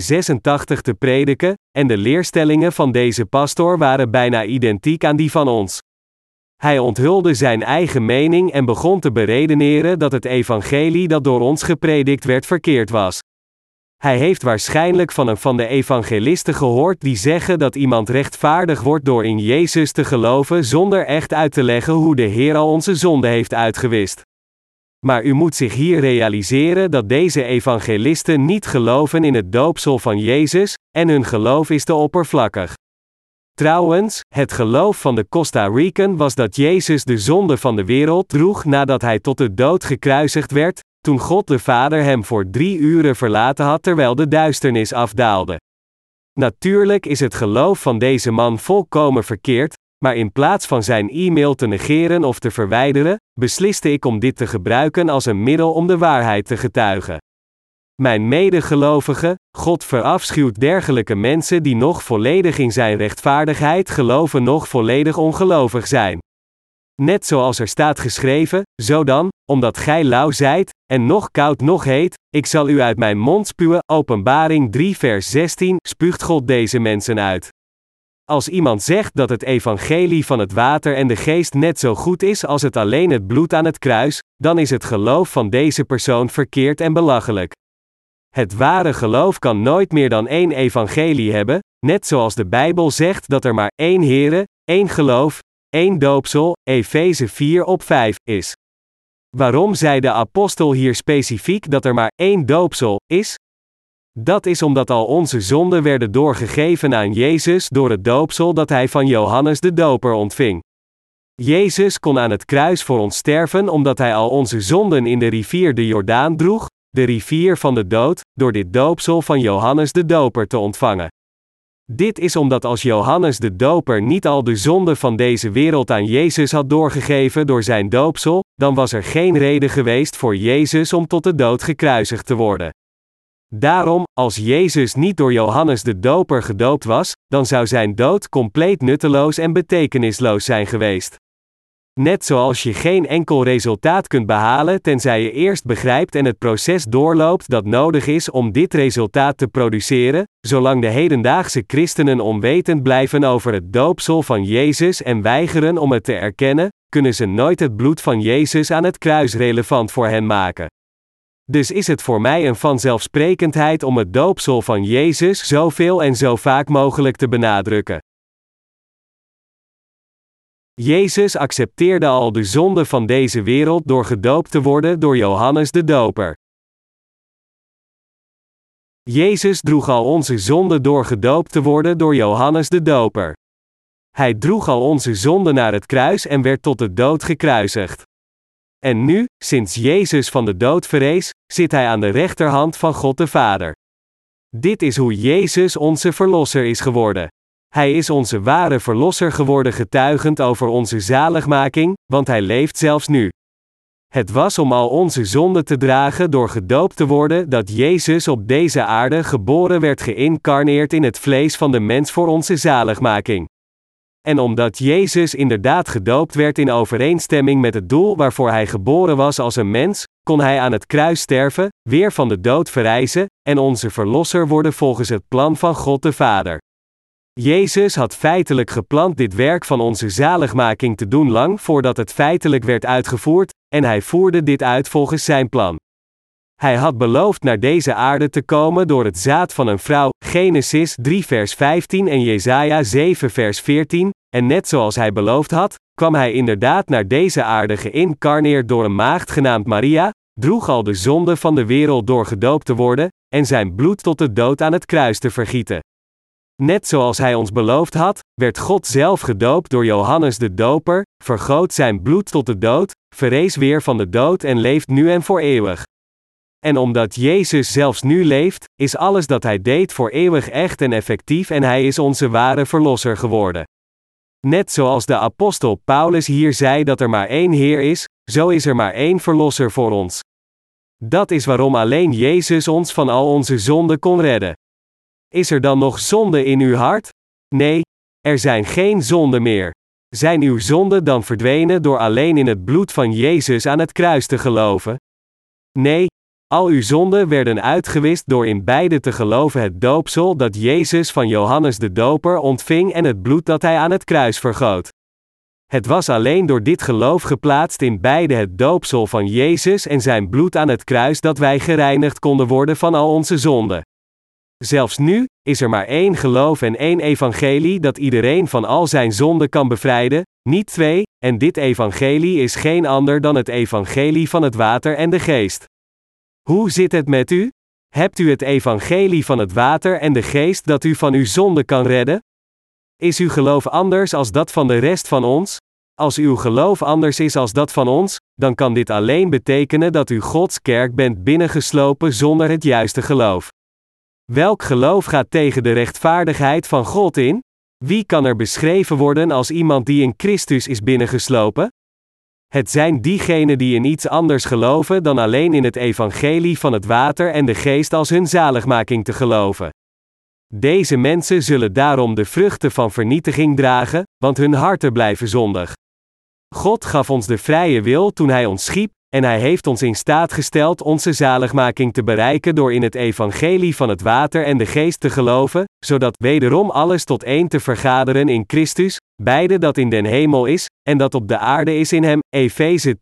1986 te prediken, en de leerstellingen van deze pastoor waren bijna identiek aan die van ons. Hij onthulde zijn eigen mening en begon te beredeneren dat het evangelie dat door ons gepredikt werd verkeerd was. Hij heeft waarschijnlijk van de evangelisten gehoord die zeggen dat iemand rechtvaardig wordt door in Jezus te geloven zonder echt uit te leggen hoe de Heer al onze zonde heeft uitgewist. Maar u moet zich hier realiseren dat deze evangelisten niet geloven in het doopsel van Jezus, en hun geloof is te oppervlakkig. Trouwens, het geloof van de Costa Rican was dat Jezus de zonde van de wereld droeg nadat hij tot de dood gekruisigd werd, toen God de Vader hem voor 3 uren verlaten had terwijl de duisternis afdaalde. Natuurlijk is het geloof van deze man volkomen verkeerd, maar in plaats van zijn e-mail te negeren of te verwijderen, besliste ik om dit te gebruiken als een middel om de waarheid te getuigen. Mijn medegelovigen, God verafschuwt dergelijke mensen die nog volledig in zijn rechtvaardigheid geloven nog volledig ongelovig zijn. Net zoals er staat geschreven, zo dan, omdat gij lauw zijt, en nog koud nog heet, ik zal u uit mijn mond spuwen, Openbaring 3 vers 16, spuugt God deze mensen uit. Als iemand zegt dat het evangelie van het water en de geest net zo goed is als het alleen het bloed aan het kruis, dan is het geloof van deze persoon verkeerd en belachelijk. Het ware geloof kan nooit meer dan 1 evangelie hebben, net zoals de Bijbel zegt dat er maar 1 Here, 1 geloof, 1 doopsel, Efeze 4:5, is. Waarom zei de apostel hier specifiek dat er maar 1 doopsel is? Dat is omdat al onze zonden werden doorgegeven aan Jezus door het doopsel dat hij van Johannes de Doper ontving. Jezus kon aan het kruis voor ons sterven omdat hij al onze zonden in de rivier de Jordaan droeg, de rivier van de dood, door dit doopsel van Johannes de Doper te ontvangen. Dit is omdat als Johannes de Doper niet al de zonden van deze wereld aan Jezus had doorgegeven door zijn doopsel, dan was er geen reden geweest voor Jezus om tot de dood gekruisigd te worden. Daarom, als Jezus niet door Johannes de Doper gedoopt was, dan zou zijn dood compleet nutteloos en betekenisloos zijn geweest. Net zoals je geen enkel resultaat kunt behalen tenzij je eerst begrijpt en het proces doorloopt dat nodig is om dit resultaat te produceren, zolang de hedendaagse christenen onwetend blijven over het doopsel van Jezus en weigeren om het te erkennen, kunnen ze nooit het bloed van Jezus aan het kruis relevant voor hen maken. Dus is het voor mij een vanzelfsprekendheid om het doopsel van Jezus zoveel en zo vaak mogelijk te benadrukken. Jezus accepteerde al de zonde van deze wereld door gedoopt te worden door Johannes de Doper. Jezus droeg al onze zonden door gedoopt te worden door Johannes de Doper. Hij droeg al onze zonden naar het kruis en werd tot de dood gekruisigd. En nu, sinds Jezus van de dood verrees, zit hij aan de rechterhand van God de Vader. Dit is hoe Jezus onze verlosser is geworden. Hij is onze ware verlosser geworden, getuigend over onze zaligmaking, want hij leeft zelfs nu. Het was om al onze zonden te dragen door gedoopt te worden dat Jezus op deze aarde geboren werd, geïncarneerd in het vlees van de mens voor onze zaligmaking. En omdat Jezus inderdaad gedoopt werd in overeenstemming met het doel waarvoor hij geboren was als een mens, kon hij aan het kruis sterven, weer van de dood verrijzen, en onze verlosser worden volgens het plan van God de Vader. Jezus had feitelijk gepland dit werk van onze zaligmaking te doen lang voordat het feitelijk werd uitgevoerd, en hij voerde dit uit volgens zijn plan. Hij had beloofd naar deze aarde te komen door het zaad van een vrouw, Genesis 3 vers 15 en Jesaja 7 vers 14, en net zoals hij beloofd had, kwam hij inderdaad naar deze aarde geïncarneerd door een maagd genaamd Maria, droeg al de zonde van de wereld door gedoopt te worden, en zijn bloed tot de dood aan het kruis te vergieten. Net zoals hij ons beloofd had, werd God zelf gedoopt door Johannes de Doper, vergoot zijn bloed tot de dood, verrees weer van de dood en leeft nu en voor eeuwig. En omdat Jezus zelfs nu leeft, is alles dat hij deed voor eeuwig echt en effectief en hij is onze ware verlosser geworden. Net zoals de apostel Paulus hier zei dat er maar één Heer is, zo is er maar één verlosser voor ons. Dat is waarom alleen Jezus ons van al onze zonden kon redden. Is er dan nog zonde in uw hart? Nee, er zijn geen zonden meer. Zijn uw zonden dan verdwenen door alleen in het bloed van Jezus aan het kruis te geloven? Nee, al uw zonden werden uitgewist door in beide te geloven, het doopsel dat Jezus van Johannes de Doper ontving en het bloed dat hij aan het kruis vergoot. Het was alleen door dit geloof geplaatst in beide, het doopsel van Jezus en zijn bloed aan het kruis, dat wij gereinigd konden worden van al onze zonden. Zelfs nu is er maar één geloof en één evangelie dat iedereen van al zijn zonden kan bevrijden, niet twee, en dit evangelie is geen ander dan het evangelie van het water en de geest. Hoe zit het met u? Hebt u het evangelie van het water en de geest dat u van uw zonde kan redden? Is uw geloof anders als dat van de rest van ons? Als uw geloof anders is als dat van ons, dan kan dit alleen betekenen dat u Gods kerk bent binnengeslopen zonder het juiste geloof. Welk geloof gaat tegen de rechtvaardigheid van God in? Wie kan er beschreven worden als iemand die in Christus is binnengeslopen? Het zijn diegenen die in iets anders geloven dan alleen in het evangelie van het water en de geest als hun zaligmaking te geloven. Deze mensen zullen daarom de vruchten van vernietiging dragen, want hun harten blijven zondig. God gaf ons de vrije wil toen hij ons schiep, en hij heeft ons in staat gesteld onze zaligmaking te bereiken door in het evangelie van het water en de geest te geloven, zodat wederom alles tot één te vergaderen in Christus, beide dat in den hemel is, en dat op de aarde is in hem, Efeze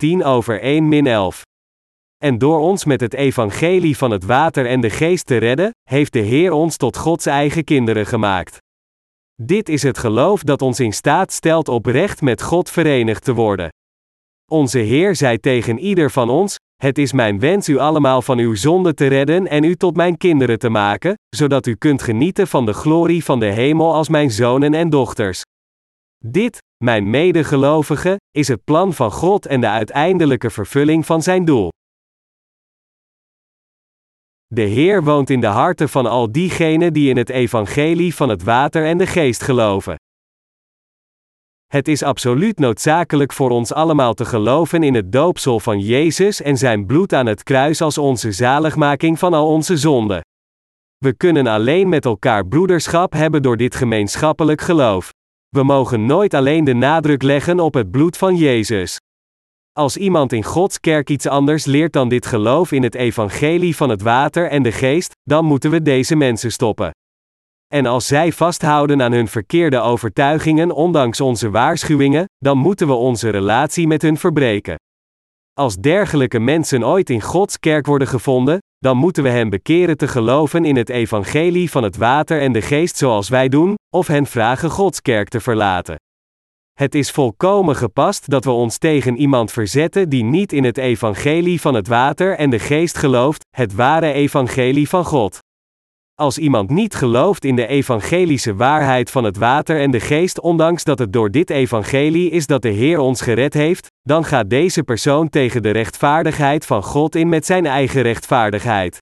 10:1-11. En door ons met het evangelie van het water en de geest te redden, heeft de Heer ons tot Gods eigen kinderen gemaakt. Dit is het geloof dat ons in staat stelt oprecht met God verenigd te worden. Onze Heer zei tegen ieder van ons: het is mijn wens u allemaal van uw zonde te redden en u tot mijn kinderen te maken, zodat u kunt genieten van de glorie van de hemel als mijn zonen en dochters. Dit, mijn medegelovigen, is het plan van God en de uiteindelijke vervulling van zijn doel. De Heer woont in de harten van al diegenen die in het evangelie van het water en de geest geloven. Het is absoluut noodzakelijk voor ons allemaal te geloven in het doopsel van Jezus en zijn bloed aan het kruis als onze zaligmaking van al onze zonden. We kunnen alleen met elkaar broederschap hebben door dit gemeenschappelijk geloof. We mogen nooit alleen de nadruk leggen op het bloed van Jezus. Als iemand in Gods kerk iets anders leert dan dit geloof in het evangelie van het water en de geest, dan moeten we deze mensen stoppen. En als zij vasthouden aan hun verkeerde overtuigingen ondanks onze waarschuwingen, dan moeten we onze relatie met hun verbreken. Als dergelijke mensen ooit in Gods kerk worden gevonden, dan moeten we hen bekeren te geloven in het evangelie van het water en de geest zoals wij doen, of hen vragen Gods kerk te verlaten. Het is volkomen gepast dat we ons tegen iemand verzetten die niet in het evangelie van het water en de geest gelooft, het ware evangelie van God. Als iemand niet gelooft in de evangelische waarheid van het water en de geest, ondanks dat het door dit evangelie is dat de Heer ons gered heeft, dan gaat deze persoon tegen de rechtvaardigheid van God in met zijn eigen rechtvaardigheid.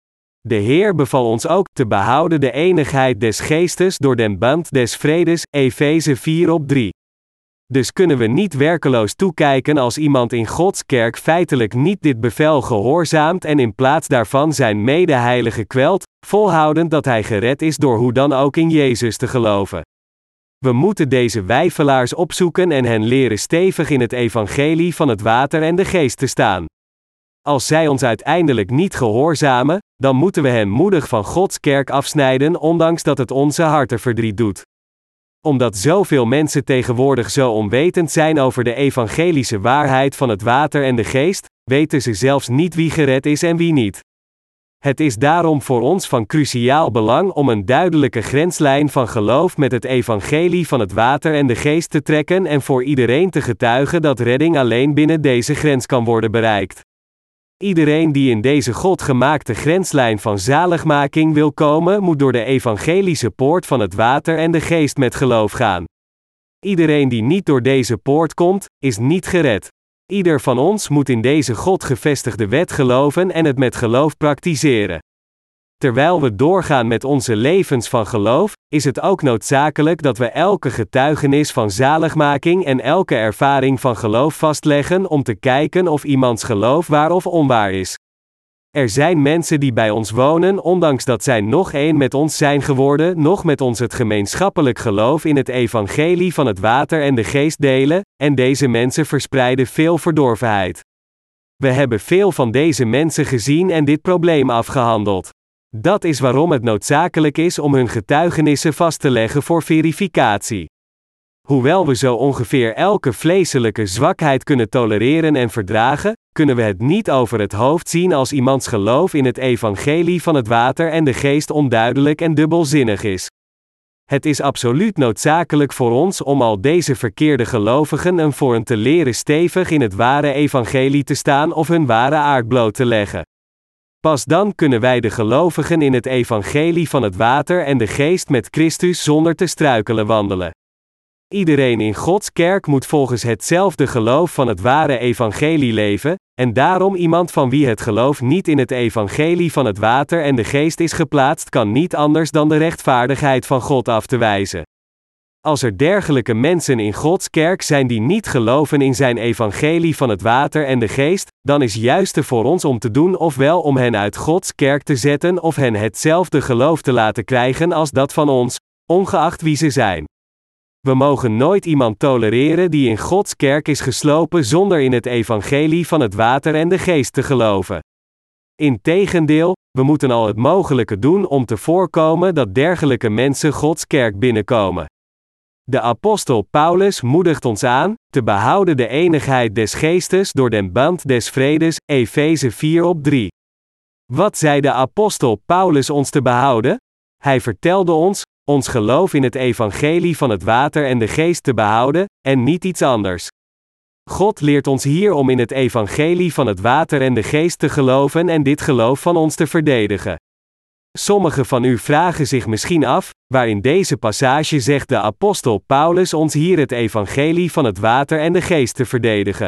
De Heer beval ons ook te behouden de eenigheid des geestes door den band des vredes, Efeze 4:3. Dus kunnen we niet werkeloos toekijken als iemand in Gods kerk feitelijk niet dit bevel gehoorzaamt en in plaats daarvan zijn medeheilige kwelt, volhoudend dat hij gered is door hoe dan ook in Jezus te geloven. We moeten deze weifelaars opzoeken en hen leren stevig in het evangelie van het water en de geest te staan. Als zij ons uiteindelijk niet gehoorzamen, dan moeten we hen moedig van Gods kerk afsnijden, ondanks dat het onze harten verdriet doet. Omdat zoveel mensen tegenwoordig zo onwetend zijn over de evangelische waarheid van het water en de geest, weten ze zelfs niet wie gered is en wie niet. Het is daarom voor ons van cruciaal belang om een duidelijke grenslijn van geloof met het evangelie van het water en de geest te trekken en voor iedereen te getuigen dat redding alleen binnen deze grens kan worden bereikt. Iedereen die in deze God gemaakte grenslijn van zaligmaking wil komen, moet door de evangelische poort van het water en de geest met geloof gaan. Iedereen die niet door deze poort komt, is niet gered. Ieder van ons moet in deze God gevestigde wet geloven en het met geloof praktiseren. Terwijl we doorgaan met onze levens van geloof, is het ook noodzakelijk dat we elke getuigenis van zaligmaking en elke ervaring van geloof vastleggen om te kijken of iemands geloof waar of onwaar is. Er zijn mensen die bij ons wonen, ondanks dat zij nog één met ons zijn geworden, nog met ons het gemeenschappelijk geloof in het evangelie van het water en de geest delen, en deze mensen verspreiden veel verdorvenheid. We hebben veel van deze mensen gezien en dit probleem afgehandeld. Dat is waarom het noodzakelijk is om hun getuigenissen vast te leggen voor verificatie. Hoewel we zo ongeveer elke vleeselijke zwakheid kunnen tolereren en verdragen, kunnen we het niet over het hoofd zien als iemands geloof in het evangelie van het water en de geest onduidelijk en dubbelzinnig is. Het is absoluut noodzakelijk voor ons om al deze verkeerde gelovigen en voor hen te leren stevig in het ware evangelie te staan of hun ware aard bloot te leggen. Pas dan kunnen wij de gelovigen in het evangelie van het water en de geest met Christus zonder te struikelen wandelen. Iedereen in Gods kerk moet volgens hetzelfde geloof van het ware evangelie leven, en daarom iemand van wie het geloof niet in het evangelie van het water en de geest is geplaatst, kan niet anders dan de rechtvaardigheid van God af te wijzen. Als er dergelijke mensen in Gods kerk zijn die niet geloven in zijn evangelie van het water en de geest, dan is juiste voor ons om te doen ofwel om hen uit Gods kerk te zetten of hen hetzelfde geloof te laten krijgen als dat van ons, ongeacht wie ze zijn. We mogen nooit iemand tolereren die in Gods kerk is geslopen zonder in het evangelie van het water en de geest te geloven. Integendeel, we moeten al het mogelijke doen om te voorkomen dat dergelijke mensen Gods kerk binnenkomen. De apostel Paulus moedigt ons aan, te behouden de eenigheid des geestes door den band des vredes, Efeze 4:3. Wat zei de apostel Paulus ons te behouden? Hij vertelde ons geloof in het evangelie van het water en de geest te behouden, en niet iets anders. God leert ons hier om in het evangelie van het water en de geest te geloven en dit geloof van ons te verdedigen. Sommigen van u vragen zich misschien af, waar in deze passage zegt de apostel Paulus ons hier het evangelie van het water en de geest te verdedigen.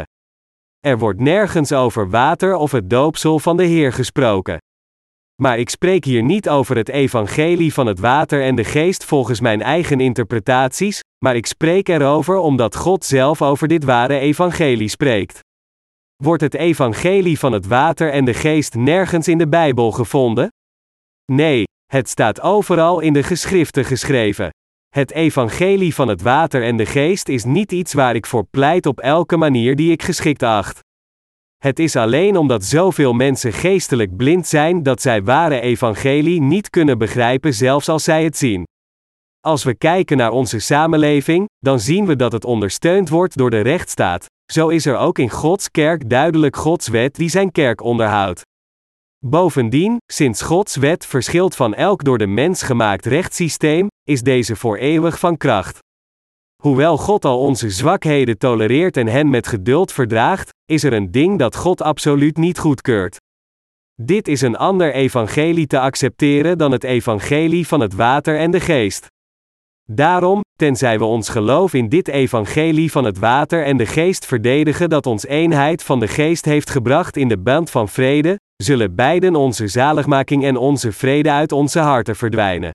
Er wordt nergens over water of het doopsel van de Heer gesproken. Maar ik spreek hier niet over het evangelie van het water en de geest volgens mijn eigen interpretaties, maar ik spreek erover omdat God zelf over dit ware evangelie spreekt. Wordt het evangelie van het water en de geest nergens in de Bijbel gevonden? Nee, het staat overal in de geschriften geschreven. Het evangelie van het water en de geest is niet iets waar ik voor pleit op elke manier die ik geschikt acht. Het is alleen omdat zoveel mensen geestelijk blind zijn dat zij ware evangelie niet kunnen begrijpen zelfs als zij het zien. Als we kijken naar onze samenleving, dan zien we dat het ondersteund wordt door de rechtsstaat. Zo is er ook in Gods kerk duidelijk Gods wet die zijn kerk onderhoudt. Bovendien, sinds Gods wet verschilt van elk door de mens gemaakt rechtssysteem, is deze voor eeuwig van kracht. Hoewel God al onze zwakheden tolereert en hen met geduld verdraagt, is er een ding dat God absoluut niet goedkeurt. Dit is een ander evangelie te accepteren dan het evangelie van het water en de geest. Daarom, tenzij we ons geloof in dit evangelie van het water en de geest verdedigen dat ons eenheid van de geest heeft gebracht in de band van vrede, zullen beiden onze zaligmaking en onze vrede uit onze harten verdwijnen.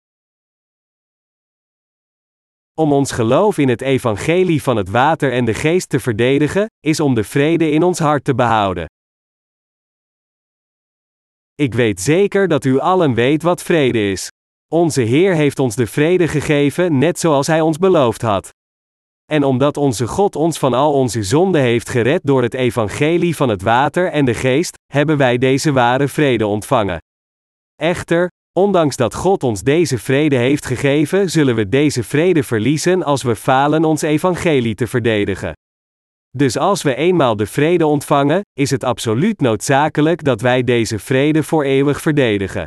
Om ons geloof in het evangelie van het water en de geest te verdedigen, is om de vrede in ons hart te behouden. Ik weet zeker dat u allen weet wat vrede is. Onze Heer heeft ons de vrede gegeven net zoals Hij ons beloofd had. En omdat onze God ons van al onze zonden heeft gered door het evangelie van het water en de geest, hebben wij deze ware vrede ontvangen. Echter, ondanks dat God ons deze vrede heeft gegeven, zullen we deze vrede verliezen als we falen ons evangelie te verdedigen. Dus als we eenmaal de vrede ontvangen, is het absoluut noodzakelijk dat wij deze vrede voor eeuwig verdedigen.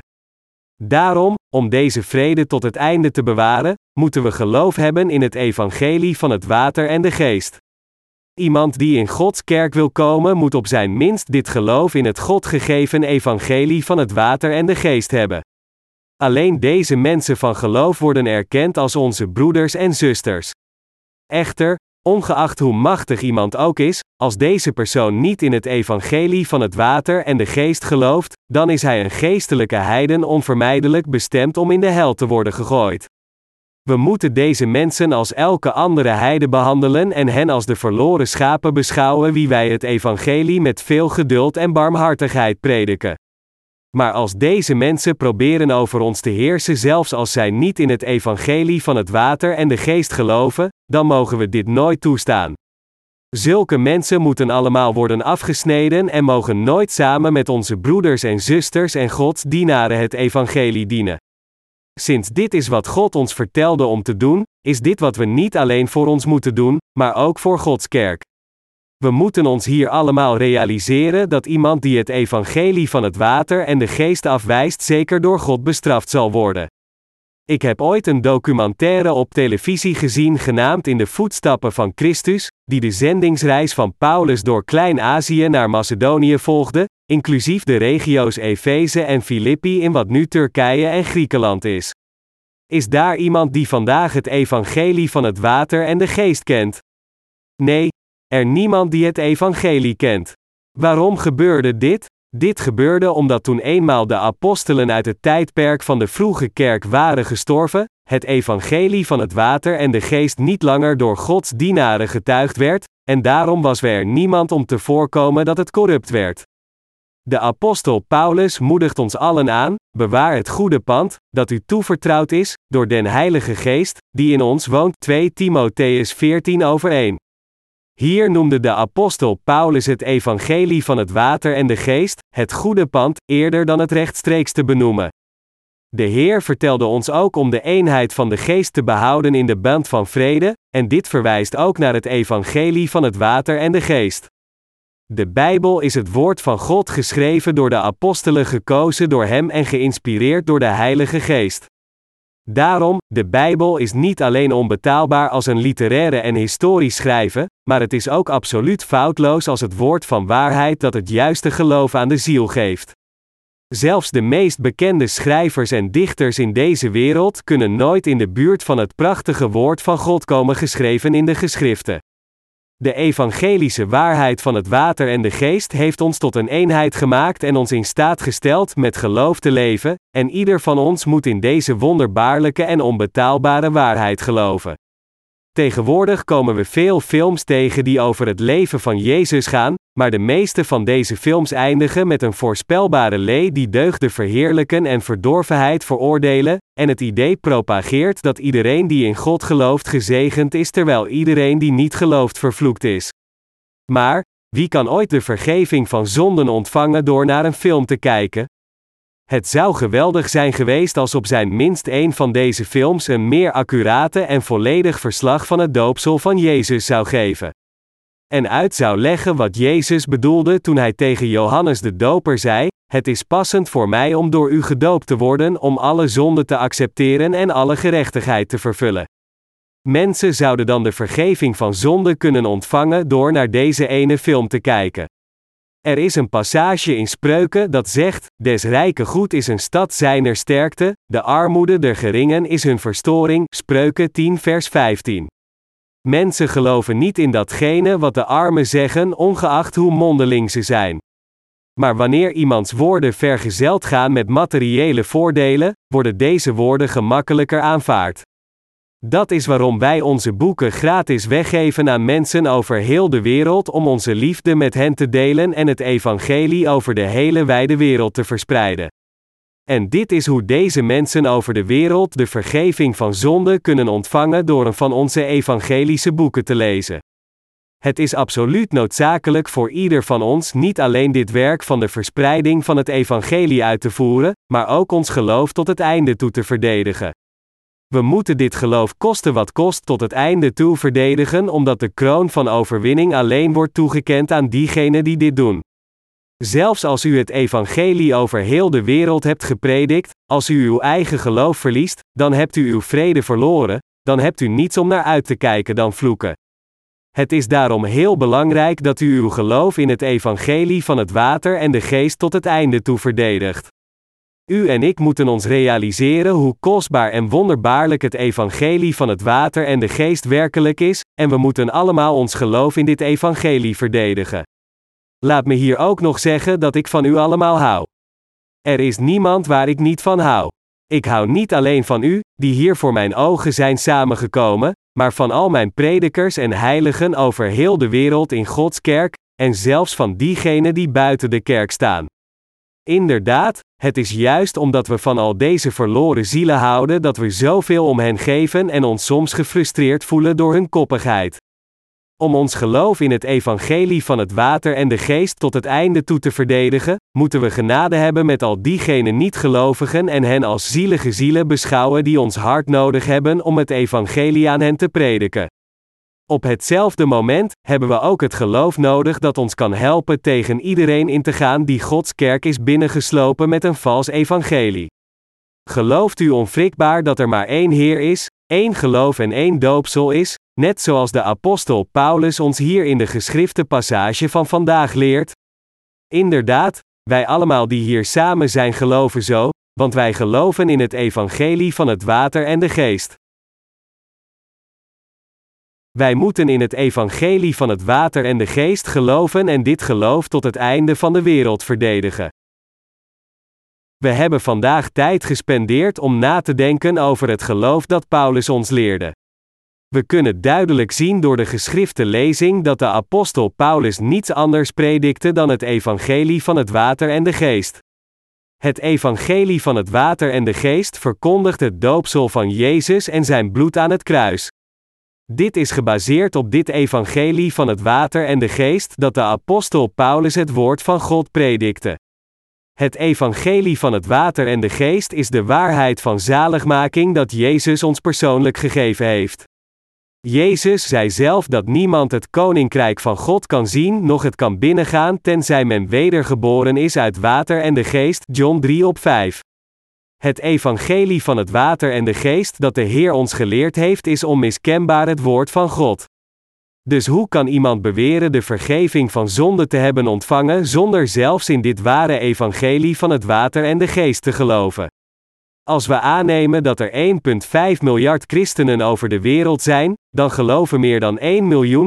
Daarom, om deze vrede tot het einde te bewaren, moeten we geloof hebben in het evangelie van het water en de geest. Iemand die in Gods kerk wil komen, moet op zijn minst dit geloof in het God gegeven evangelie van het water en de geest hebben. Alleen deze mensen van geloof worden erkend als onze broeders en zusters. Echter, ongeacht hoe machtig iemand ook is, als deze persoon niet in het evangelie van het water en de geest gelooft, dan is hij een geestelijke heiden onvermijdelijk bestemd om in de hel te worden gegooid. We moeten deze mensen als elke andere heide behandelen en hen als de verloren schapen beschouwen wie wij het evangelie met veel geduld en barmhartigheid prediken. Maar als deze mensen proberen over ons te heersen zelfs als zij niet in het evangelie van het water en de geest geloven, dan mogen we dit nooit toestaan. Zulke mensen moeten allemaal worden afgesneden en mogen nooit samen met onze broeders en zusters en Gods dienaren het evangelie dienen. Sinds dit is wat God ons vertelde om te doen, is dit wat we niet alleen voor ons moeten doen, maar ook voor Gods kerk. We moeten ons hier allemaal realiseren dat iemand die het evangelie van het water en de geest afwijst zeker door God bestraft zal worden. Ik heb ooit een documentaire op televisie gezien genaamd In de voetstappen van Christus, die de zendingsreis van Paulus door Klein-Azië naar Macedonië volgde, inclusief de regio's Efeze en Filippi in wat nu Turkije en Griekenland is. Is daar iemand die vandaag het evangelie van het water en de geest kent? Nee, er niemand die het evangelie kent. Waarom gebeurde dit? Dit gebeurde omdat toen eenmaal de apostelen uit het tijdperk van de vroege kerk waren gestorven, het evangelie van het water en de geest niet langer door Gods dienaren getuigd werd, en daarom was er niemand om te voorkomen dat het corrupt werd. De apostel Paulus moedigt ons allen aan: bewaar het goede pand, dat u toevertrouwd is, door den Heilige Geest, die in ons woont. 2 Timotheüs 14:1. Hier noemde de apostel Paulus het evangelie van het water en de geest, het goede pand, eerder dan het rechtstreeks te benoemen. De Heer vertelde ons ook om de eenheid van de geest te behouden in de band van vrede, en dit verwijst ook naar het evangelie van het water en de geest. De Bijbel is het woord van God geschreven door de apostelen, gekozen door Hem en geïnspireerd door de Heilige Geest. Daarom, de Bijbel is niet alleen onbetaalbaar als een literaire en historisch schrijven, maar het is ook absoluut foutloos als het woord van waarheid dat het juiste geloof aan de ziel geeft. Zelfs de meest bekende schrijvers en dichters in deze wereld kunnen nooit in de buurt van het prachtige woord van God komen geschreven in de geschriften. De evangelische waarheid van het water en de geest heeft ons tot een eenheid gemaakt en ons in staat gesteld met geloof te leven, en ieder van ons moet in deze wonderbaarlijke en onbetaalbare waarheid geloven. Tegenwoordig komen we veel films tegen die over het leven van Jezus gaan, maar de meeste van deze films eindigen met een voorspelbare lee die deugden verheerlijken en verdorvenheid veroordelen, en het idee propageert dat iedereen die in God gelooft gezegend is terwijl iedereen die niet gelooft vervloekt is. Maar, wie kan ooit de vergeving van zonden ontvangen door naar een film te kijken? Het zou geweldig zijn geweest als op zijn minst één van deze films een meer accurate en volledig verslag van het doopsel van Jezus zou geven. En uit zou leggen wat Jezus bedoelde toen hij tegen Johannes de Doper zei: het is passend voor mij om door u gedoopt te worden om alle zonden te accepteren en alle gerechtigheid te vervullen. Mensen zouden dan de vergeving van zonde kunnen ontvangen door naar deze ene film te kijken. Er is een passage in Spreuken dat zegt: des rijken goed is een stad zijner sterkte, de armoede der geringen is hun verstoring. Spreuken 10 vers 15. Mensen geloven niet in datgene wat de armen zeggen, ongeacht hoe mondeling ze zijn. Maar wanneer iemands woorden vergezeld gaan met materiële voordelen, worden deze woorden gemakkelijker aanvaard. Dat is waarom wij onze boeken gratis weggeven aan mensen over heel de wereld om onze liefde met hen te delen en het evangelie over de hele wijde wereld te verspreiden. En dit is hoe deze mensen over de wereld de vergeving van zonde kunnen ontvangen door een van onze evangelische boeken te lezen. Het is absoluut noodzakelijk voor ieder van ons niet alleen dit werk van de verspreiding van het evangelie uit te voeren, maar ook ons geloof tot het einde toe te verdedigen. We moeten dit geloof koste wat kost tot het einde toe verdedigen, omdat de kroon van overwinning alleen wordt toegekend aan diegenen die dit doen. Zelfs als u het evangelie over heel de wereld hebt gepredikt, als u uw eigen geloof verliest, dan hebt u uw vrede verloren, dan hebt u niets om naar uit te kijken dan vloeken. Het is daarom heel belangrijk dat u uw geloof in het evangelie van het water en de geest tot het einde toe verdedigt. U en ik moeten ons realiseren hoe kostbaar en wonderbaarlijk het evangelie van het water en de geest werkelijk is, en we moeten allemaal ons geloof in dit evangelie verdedigen. Laat me hier ook nog zeggen dat ik van u allemaal hou. Er is niemand waar ik niet van hou. Ik hou niet alleen van u, die hier voor mijn ogen zijn samengekomen, maar van al mijn predikers en heiligen over heel de wereld in Gods kerk, en zelfs van diegenen die buiten de kerk staan. Inderdaad, het is juist omdat we van al deze verloren zielen houden dat we zoveel om hen geven en ons soms gefrustreerd voelen door hun koppigheid. Om ons geloof in het evangelie van het water en de geest tot het einde toe te verdedigen, moeten we genade hebben met al diegenen niet-gelovigen en hen als zielige zielen beschouwen die ons hart nodig hebben om het evangelie aan hen te prediken. Op hetzelfde moment hebben we ook het geloof nodig dat ons kan helpen tegen iedereen in te gaan die Gods kerk is binnengeslopen met een vals evangelie. Gelooft u onwrikbaar dat er maar één Heer is, één geloof en één doopsel is, net zoals de apostel Paulus ons hier in de geschrifte passage van vandaag leert? Inderdaad, wij allemaal die hier samen zijn geloven zo, want wij geloven in het evangelie van het water en de geest. Wij moeten in het evangelie van het water en de geest geloven en dit geloof tot het einde van de wereld verdedigen. We hebben vandaag tijd gespendeerd om na te denken over het geloof dat Paulus ons leerde. We kunnen duidelijk zien door de geschrifte lezing dat de apostel Paulus niets anders predikte dan het evangelie van het water en de geest. Het evangelie van het water en de geest verkondigt het doopsel van Jezus en zijn bloed aan het kruis. Dit is gebaseerd op dit evangelie van het water en de geest dat de apostel Paulus het woord van God predikte. Het evangelie van het water en de geest is de waarheid van zaligmaking dat Jezus ons persoonlijk gegeven heeft. Jezus zei zelf dat niemand het koninkrijk van God kan zien, noch het kan binnengaan tenzij men wedergeboren is uit water en de geest. John 3:5. Het evangelie van het water en de geest dat de Heer ons geleerd heeft is onmiskenbaar het woord van God. Dus hoe kan iemand beweren de vergeving van zonde te hebben ontvangen zonder zelfs in dit ware evangelie van het water en de geest te geloven? Als we aannemen dat er 1,5 miljard christenen over de wereld zijn, dan geloven meer dan 1.499.990,000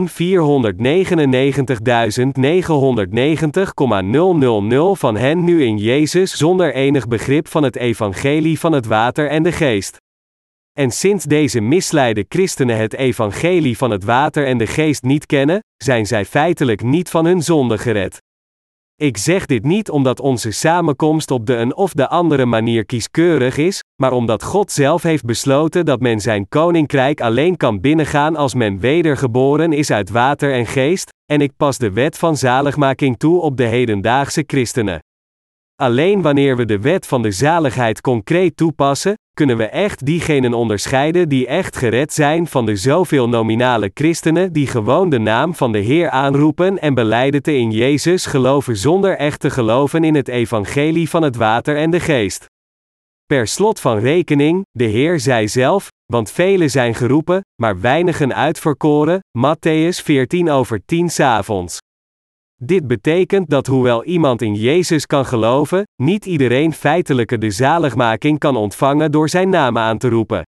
van hen nu in Jezus zonder enig begrip van het evangelie van het water en de geest. En sinds deze misleide christenen het evangelie van het water en de geest niet kennen, zijn zij feitelijk niet van hun zonde gered. Ik zeg dit niet omdat onze samenkomst op de een of de andere manier kieskeurig is, maar omdat God zelf heeft besloten dat men zijn koninkrijk alleen kan binnengaan als men wedergeboren is uit water en geest, en ik pas de wet van zaligmaking toe op de hedendaagse christenen. Alleen wanneer we de wet van de zaligheid concreet toepassen, kunnen we echt diegenen onderscheiden die echt gered zijn van de zoveel nominale christenen die gewoon de naam van de Heer aanroepen en belijden te in Jezus geloven zonder echt te geloven in het evangelie van het water en de geest. Per slot van rekening, de Heer zei zelf, want velen zijn geroepen, maar weinigen uitverkoren, Mattheüs 14:10 's avonds. Dit betekent dat hoewel iemand in Jezus kan geloven, niet iedereen feitelijk de zaligmaking kan ontvangen door zijn naam aan te roepen.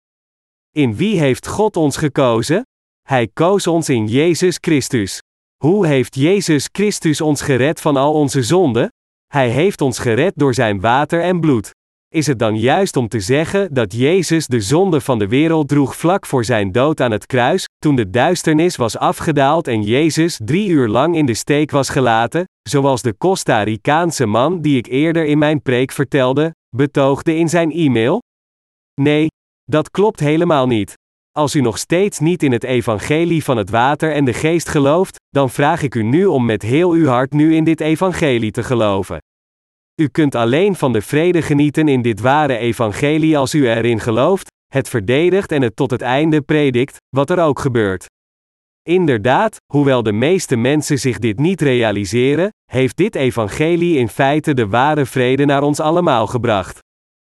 In wie heeft God ons gekozen? Hij koos ons in Jezus Christus. Hoe heeft Jezus Christus ons gered van al onze zonden? Hij heeft ons gered door zijn water en bloed. Is het dan juist om te zeggen dat Jezus de zonde van de wereld droeg vlak voor zijn dood aan het kruis, toen de duisternis was afgedaald en Jezus 3 uur lang in de steek was gelaten, zoals de Costa Ricaanse man die ik eerder in mijn preek vertelde, betoogde in zijn e-mail? Nee, dat klopt helemaal niet. Als u nog steeds niet in het evangelie van het water en de geest gelooft, dan vraag ik u nu om met heel uw hart nu in dit evangelie te geloven. U kunt alleen van de vrede genieten in dit ware evangelie als u erin gelooft, het verdedigt en het tot het einde predikt, wat er ook gebeurt. Inderdaad, hoewel de meeste mensen zich dit niet realiseren, heeft dit evangelie in feite de ware vrede naar ons allemaal gebracht.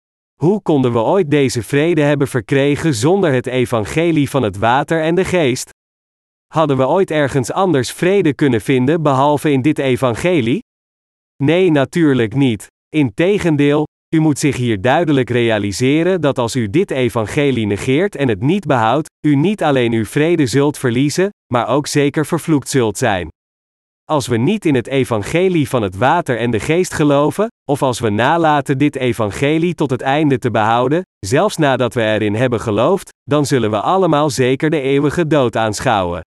Hoe konden we ooit deze vrede hebben verkregen zonder het evangelie van het water en de geest? Hadden we ooit ergens anders vrede kunnen vinden behalve in dit evangelie? Nee, natuurlijk niet. Integendeel, u moet zich hier duidelijk realiseren dat als u dit evangelie negeert en het niet behoudt, u niet alleen uw vrede zult verliezen, maar ook zeker vervloekt zult zijn. Als we niet in het evangelie van het water en de geest geloven, of als we nalaten dit evangelie tot het einde te behouden, zelfs nadat we erin hebben geloofd, dan zullen we allemaal zeker de eeuwige dood aanschouwen.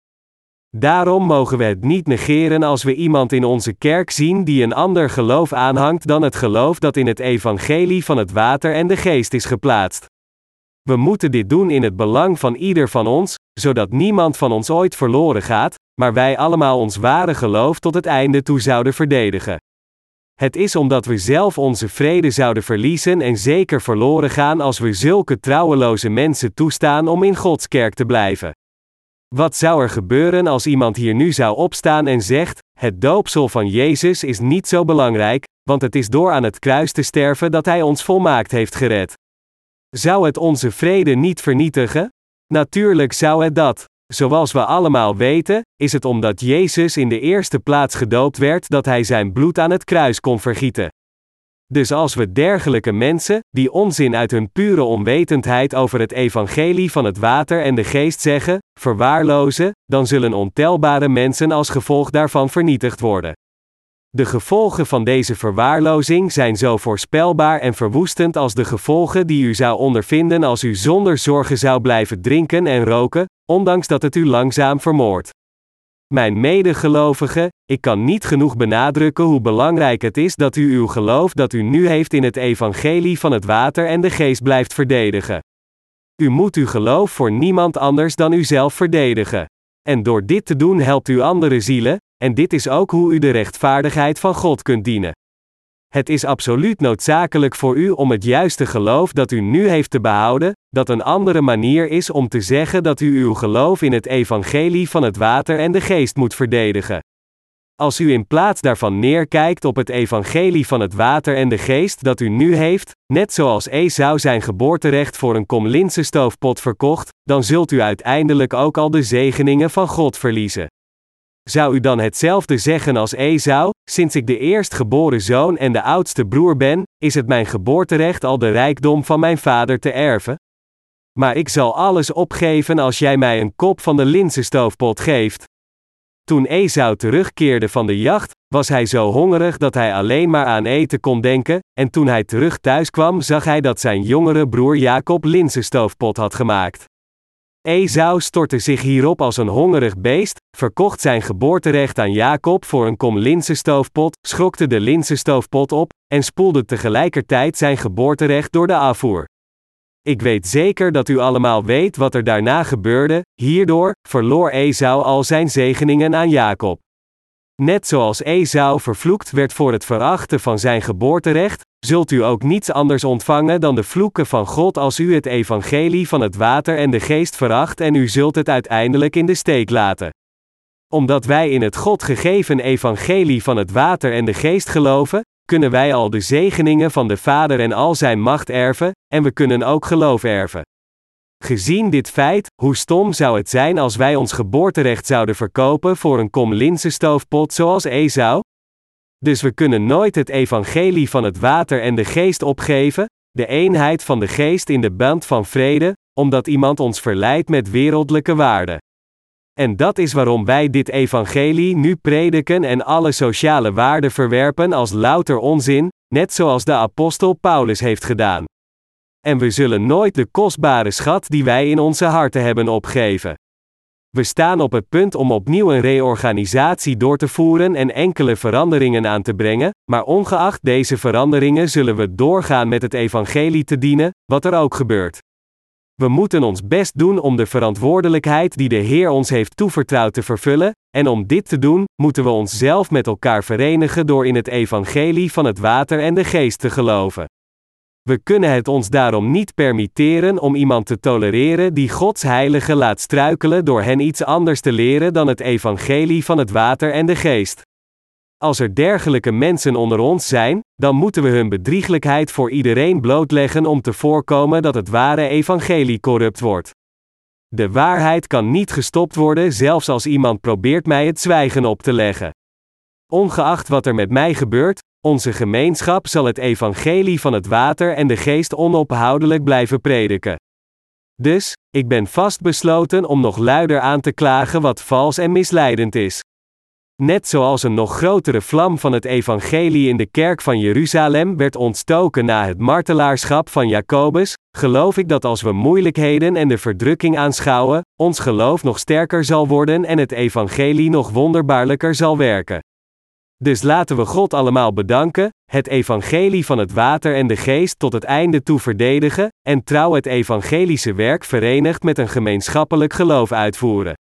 Daarom mogen we het niet negeren als we iemand in onze kerk zien die een ander geloof aanhangt dan het geloof dat in het evangelie van het water en de geest is geplaatst. We moeten dit doen in het belang van ieder van ons, zodat niemand van ons ooit verloren gaat, maar wij allemaal ons ware geloof tot het einde toe zouden verdedigen. Het is omdat we zelf onze vrede zouden verliezen en zeker verloren gaan als we zulke trouweloze mensen toestaan om in Gods kerk te blijven. Wat zou er gebeuren als iemand hier nu zou opstaan en zegt, het doopsel van Jezus is niet zo belangrijk, want het is door aan het kruis te sterven dat Hij ons volmaakt heeft gered. Zou het onze vrede niet vernietigen? Natuurlijk zou het dat. Zoals we allemaal weten, is het omdat Jezus in de eerste plaats gedoopt werd dat Hij zijn bloed aan het kruis kon vergieten. Dus als we dergelijke mensen, die onzin uit hun pure onwetendheid over het evangelie van het water en de geest zeggen, verwaarlozen, dan zullen ontelbare mensen als gevolg daarvan vernietigd worden. De gevolgen van deze verwaarlozing zijn zo voorspelbaar en verwoestend als de gevolgen die u zou ondervinden als u zonder zorgen zou blijven drinken en roken, ondanks dat het u langzaam vermoordt. Mijn medegelovigen, ik kan niet genoeg benadrukken hoe belangrijk het is dat u uw geloof dat u nu heeft in het evangelie van het water en de geest blijft verdedigen. U moet uw geloof voor niemand anders dan uzelf verdedigen. En door dit te doen helpt u andere zielen, en dit is ook hoe u de rechtvaardigheid van God kunt dienen. Het is absoluut noodzakelijk voor u om het juiste geloof dat u nu heeft te behouden, dat een andere manier is om te zeggen dat u uw geloof in het evangelie van het water en de geest moet verdedigen. Als u in plaats daarvan neerkijkt op het evangelie van het water en de geest dat u nu heeft, net zoals Esau zijn geboorterecht voor een kom linzenstoofpot verkocht, dan zult u uiteindelijk ook al de zegeningen van God verliezen. Zou u dan hetzelfde zeggen als Esau, sinds ik de eerstgeboren zoon en de oudste broer ben, is het mijn geboorterecht al de rijkdom van mijn vader te erven? Maar ik zal alles opgeven als jij mij een kop van de linzenstoofpot geeft. Toen Esau terugkeerde van de jacht, was hij zo hongerig dat hij alleen maar aan eten kon denken, en toen hij terug thuis kwam zag hij dat zijn jongere broer Jacob linzenstoofpot had gemaakt. Esau stortte zich hierop als een hongerig beest, verkocht zijn geboorterecht aan Jacob voor een kom linzenstoofpot, schrokte de linzenstoofpot op, en spoelde tegelijkertijd zijn geboorterecht door de afvoer. Ik weet zeker dat u allemaal weet wat er daarna gebeurde, hierdoor verloor Esau al zijn zegeningen aan Jacob. Net zoals Esau vervloekt werd voor het verachten van zijn geboorterecht, zult u ook niets anders ontvangen dan de vloeken van God als u het evangelie van het water en de geest veracht en u zult het uiteindelijk in de steek laten. Omdat wij in het God gegeven evangelie van het water en de geest geloven, kunnen wij al de zegeningen van de Vader en al zijn macht erven, en we kunnen ook geloof erven. Gezien dit feit, hoe stom zou het zijn als wij ons geboorterecht zouden verkopen voor een kom linzenstoofpot zoals Esau, Dus we kunnen nooit het evangelie van het water en de geest opgeven, de eenheid van de geest in de band van vrede, omdat iemand ons verleidt met wereldlijke waarden. En dat is waarom wij dit evangelie nu prediken en alle sociale waarden verwerpen als louter onzin, net zoals de apostel Paulus heeft gedaan. En we zullen nooit de kostbare schat die wij in onze harten hebben opgeven. We staan op het punt om opnieuw een reorganisatie door te voeren en enkele veranderingen aan te brengen, maar ongeacht deze veranderingen zullen we doorgaan met het evangelie te dienen, wat er ook gebeurt. We moeten ons best doen om de verantwoordelijkheid die de Heer ons heeft toevertrouwd te vervullen, en om dit te doen, moeten we onszelf met elkaar verenigen door in het evangelie van het water en de geest te geloven. We kunnen het ons daarom niet permitteren om iemand te tolereren die Gods heilige laat struikelen door hen iets anders te leren dan het evangelie van het water en de geest. Als er dergelijke mensen onder ons zijn, dan moeten we hun bedrieglijkheid voor iedereen blootleggen om te voorkomen dat het ware evangelie corrupt wordt. De waarheid kan niet gestopt worden zelfs als iemand probeert mij het zwijgen op te leggen. Ongeacht wat er met mij gebeurt, onze gemeenschap zal het evangelie van het water en de geest onophoudelijk blijven prediken. Dus, ik ben vastbesloten om nog luider aan te klagen wat vals en misleidend is. Net zoals een nog grotere vlam van het evangelie in de kerk van Jeruzalem werd ontstoken na het martelaarschap van Jacobus, geloof ik dat als we moeilijkheden en de verdrukking aanschouwen, ons geloof nog sterker zal worden en het evangelie nog wonderbaarlijker zal werken. Dus laten we God allemaal bedanken, het evangelie van het water en de geest tot het einde toe verdedigen, en trouw het evangelische werk verenigd met een gemeenschappelijk geloof uitvoeren.